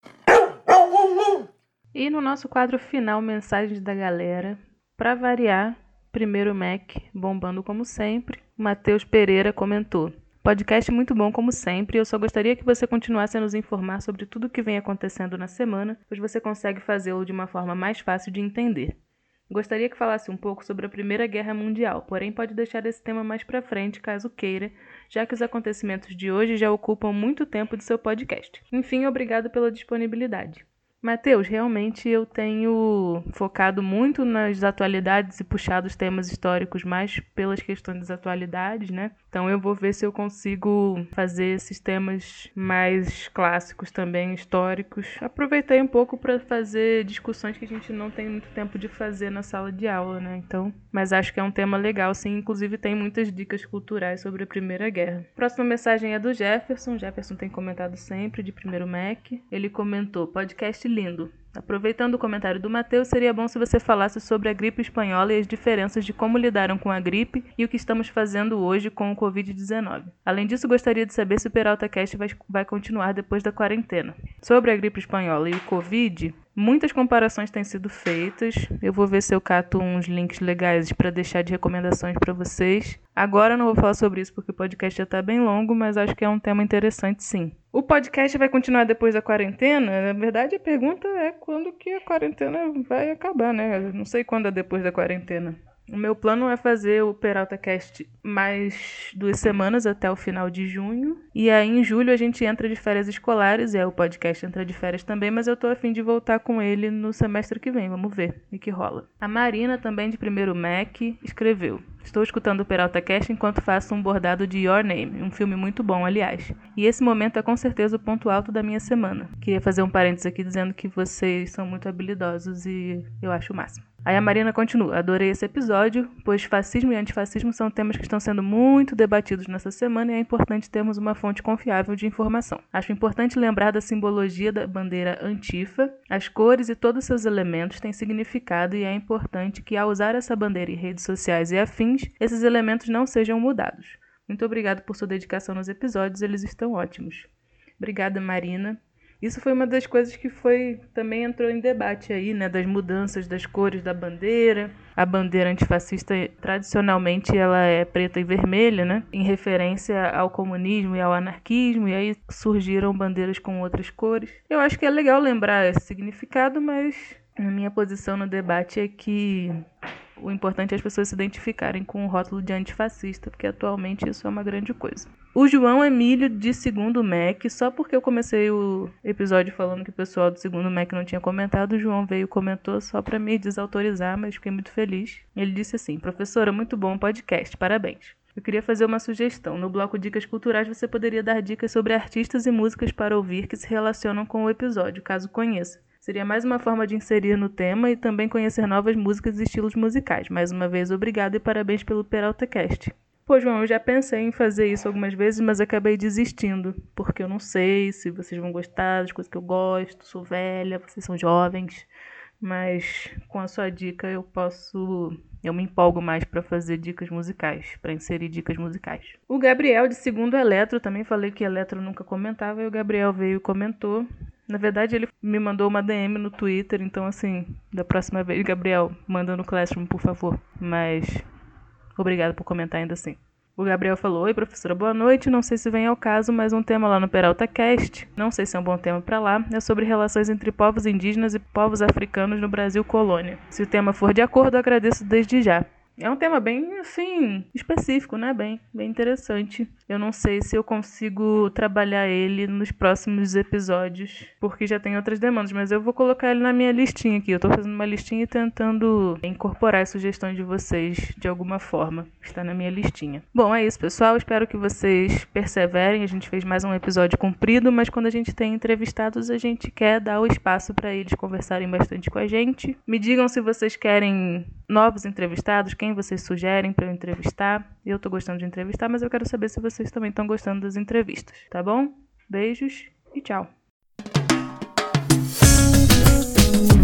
E no nosso quadro final, Mensagens da Galera, para variar, Primeiro Mac, bombando como sempre. Matheus Pereira comentou: podcast muito bom como sempre, eu só gostaria que você continuasse a nos informar sobre tudo o que vem acontecendo na semana, pois você consegue fazê-lo de uma forma mais fácil de entender. Gostaria que falasse um pouco sobre a Primeira Guerra Mundial, porém pode deixar esse tema mais para frente, caso queira, já que os acontecimentos de hoje já ocupam muito tempo de seu podcast. Enfim, obrigado pela disponibilidade. Matheus, realmente eu tenho focado muito nas atualidades e puxado os temas históricos mais pelas questões das atualidades, né? Então eu vou ver se eu consigo fazer esses temas mais clássicos também, históricos. Aproveitei um pouco para fazer discussões que a gente não tem muito tempo de fazer na sala de aula, né? Então, mas acho que é um tema legal, sim. Inclusive tem muitas dicas culturais sobre a Primeira Guerra. Próxima mensagem é do Jefferson. Jefferson tem comentado sempre de Primeiro Mac. Ele comentou: podcast lindo. Aproveitando o comentário do Matheus, seria bom se você falasse sobre a gripe espanhola e as diferenças de como lidaram com a gripe e o que estamos fazendo hoje com o covid dezenove. Além disso, gostaria de saber se o Peralta Cast vai, vai continuar depois da quarentena. Sobre a gripe espanhola e o Covid, muitas comparações têm sido feitas. Eu vou ver se eu cato uns links legais para deixar de recomendações para vocês. Agora eu não vou falar sobre isso porque o podcast já está bem longo, mas acho que é um tema interessante, sim. O podcast vai continuar depois da quarentena? Na verdade, a pergunta é quando que a quarentena vai acabar, né? Eu não sei quando é depois da quarentena. O meu plano é fazer o Peralta Cast mais duas semanas até o final de junho. E aí em julho a gente entra de férias escolares, e aí o podcast entra de férias também, mas eu tô a fim de voltar com ele no semestre que vem, vamos ver o que rola. A Marina, também de Primeiro Mac, escreveu: estou escutando o Peralta Cast enquanto faço um bordado de Your Name, um filme muito bom, aliás. E esse momento é com certeza o ponto alto da minha semana. Queria fazer um parênteses aqui dizendo que vocês são muito habilidosos e eu acho o máximo. Aí a Marina continua: adorei esse episódio, pois fascismo e antifascismo são temas que estão sendo muito debatidos nessa semana e é importante termos uma fonte confiável de informação. Acho importante lembrar da simbologia da bandeira Antifa. As cores e todos seus elementos têm significado e é importante que, ao usar essa bandeira em redes sociais e afins, esses elementos não sejam mudados. Muito obrigado por sua dedicação nos episódios, eles estão ótimos. Obrigada, Marina. Isso foi uma das coisas que foi também entrou em debate aí, né, das mudanças das cores da bandeira. A bandeira antifascista, tradicionalmente, ela é preta e vermelha, né, em referência ao comunismo e ao anarquismo, e aí surgiram bandeiras com outras cores. Eu acho que é legal lembrar esse significado, mas a minha posição no debate é que o importante é as pessoas se identificarem com o rótulo de antifascista, porque atualmente isso é uma grande coisa. O João Emílio, de Segundo M E C, só porque eu comecei o episódio falando que o pessoal do Segundo M E C não tinha comentado, o João veio e comentou só para me desautorizar, mas fiquei muito feliz. Ele disse assim: professora, muito bom o podcast, parabéns. Eu queria fazer uma sugestão. No bloco Dicas Culturais você poderia dar dicas sobre artistas e músicas para ouvir que se relacionam com o episódio, caso conheça. Seria mais uma forma de inserir no tema e também conhecer novas músicas e estilos musicais. Mais uma vez, obrigado e parabéns pelo PeraltaCast. Pô, João, eu já pensei em fazer isso algumas vezes, mas acabei desistindo, porque eu não sei se vocês vão gostar das coisas que eu gosto, sou velha, vocês são jovens, mas com a sua dica eu posso... Eu me empolgo mais para fazer dicas musicais, para inserir dicas musicais. O Gabriel, de Segundo Eletro, também falei que Eletro nunca comentava, e o Gabriel veio e comentou. Na verdade, ele me mandou uma D M no Twitter, então, assim, da próxima vez, Gabriel, manda no Classroom, por favor. Mas, obrigado por comentar ainda assim. O Gabriel falou: oi, professora, boa noite. Não sei se vem ao caso, mas um tema lá no PeraltaCast, não sei se é um bom tema para lá, é sobre relações entre povos indígenas e povos africanos no Brasil colônia. Se o tema for de acordo, eu agradeço desde já. É um tema bem, assim, específico, né? Bem, bem interessante. Eu não sei se eu consigo trabalhar ele nos próximos episódios, porque já tem outras demandas, mas eu vou colocar ele na minha listinha aqui. Eu tô fazendo uma listinha e tentando incorporar as sugestões de vocês de alguma forma. Está na minha listinha. Bom, é isso, pessoal. Espero que vocês perseverem. A gente fez mais um episódio comprido, mas quando a gente tem entrevistados, a gente quer dar o espaço para eles conversarem bastante com a gente. Me digam se vocês querem novos entrevistados, quem vocês sugerem para eu entrevistar. Eu tô gostando de entrevistar, mas eu quero saber se vocês também estão gostando das entrevistas, tá bom? Beijos e tchau!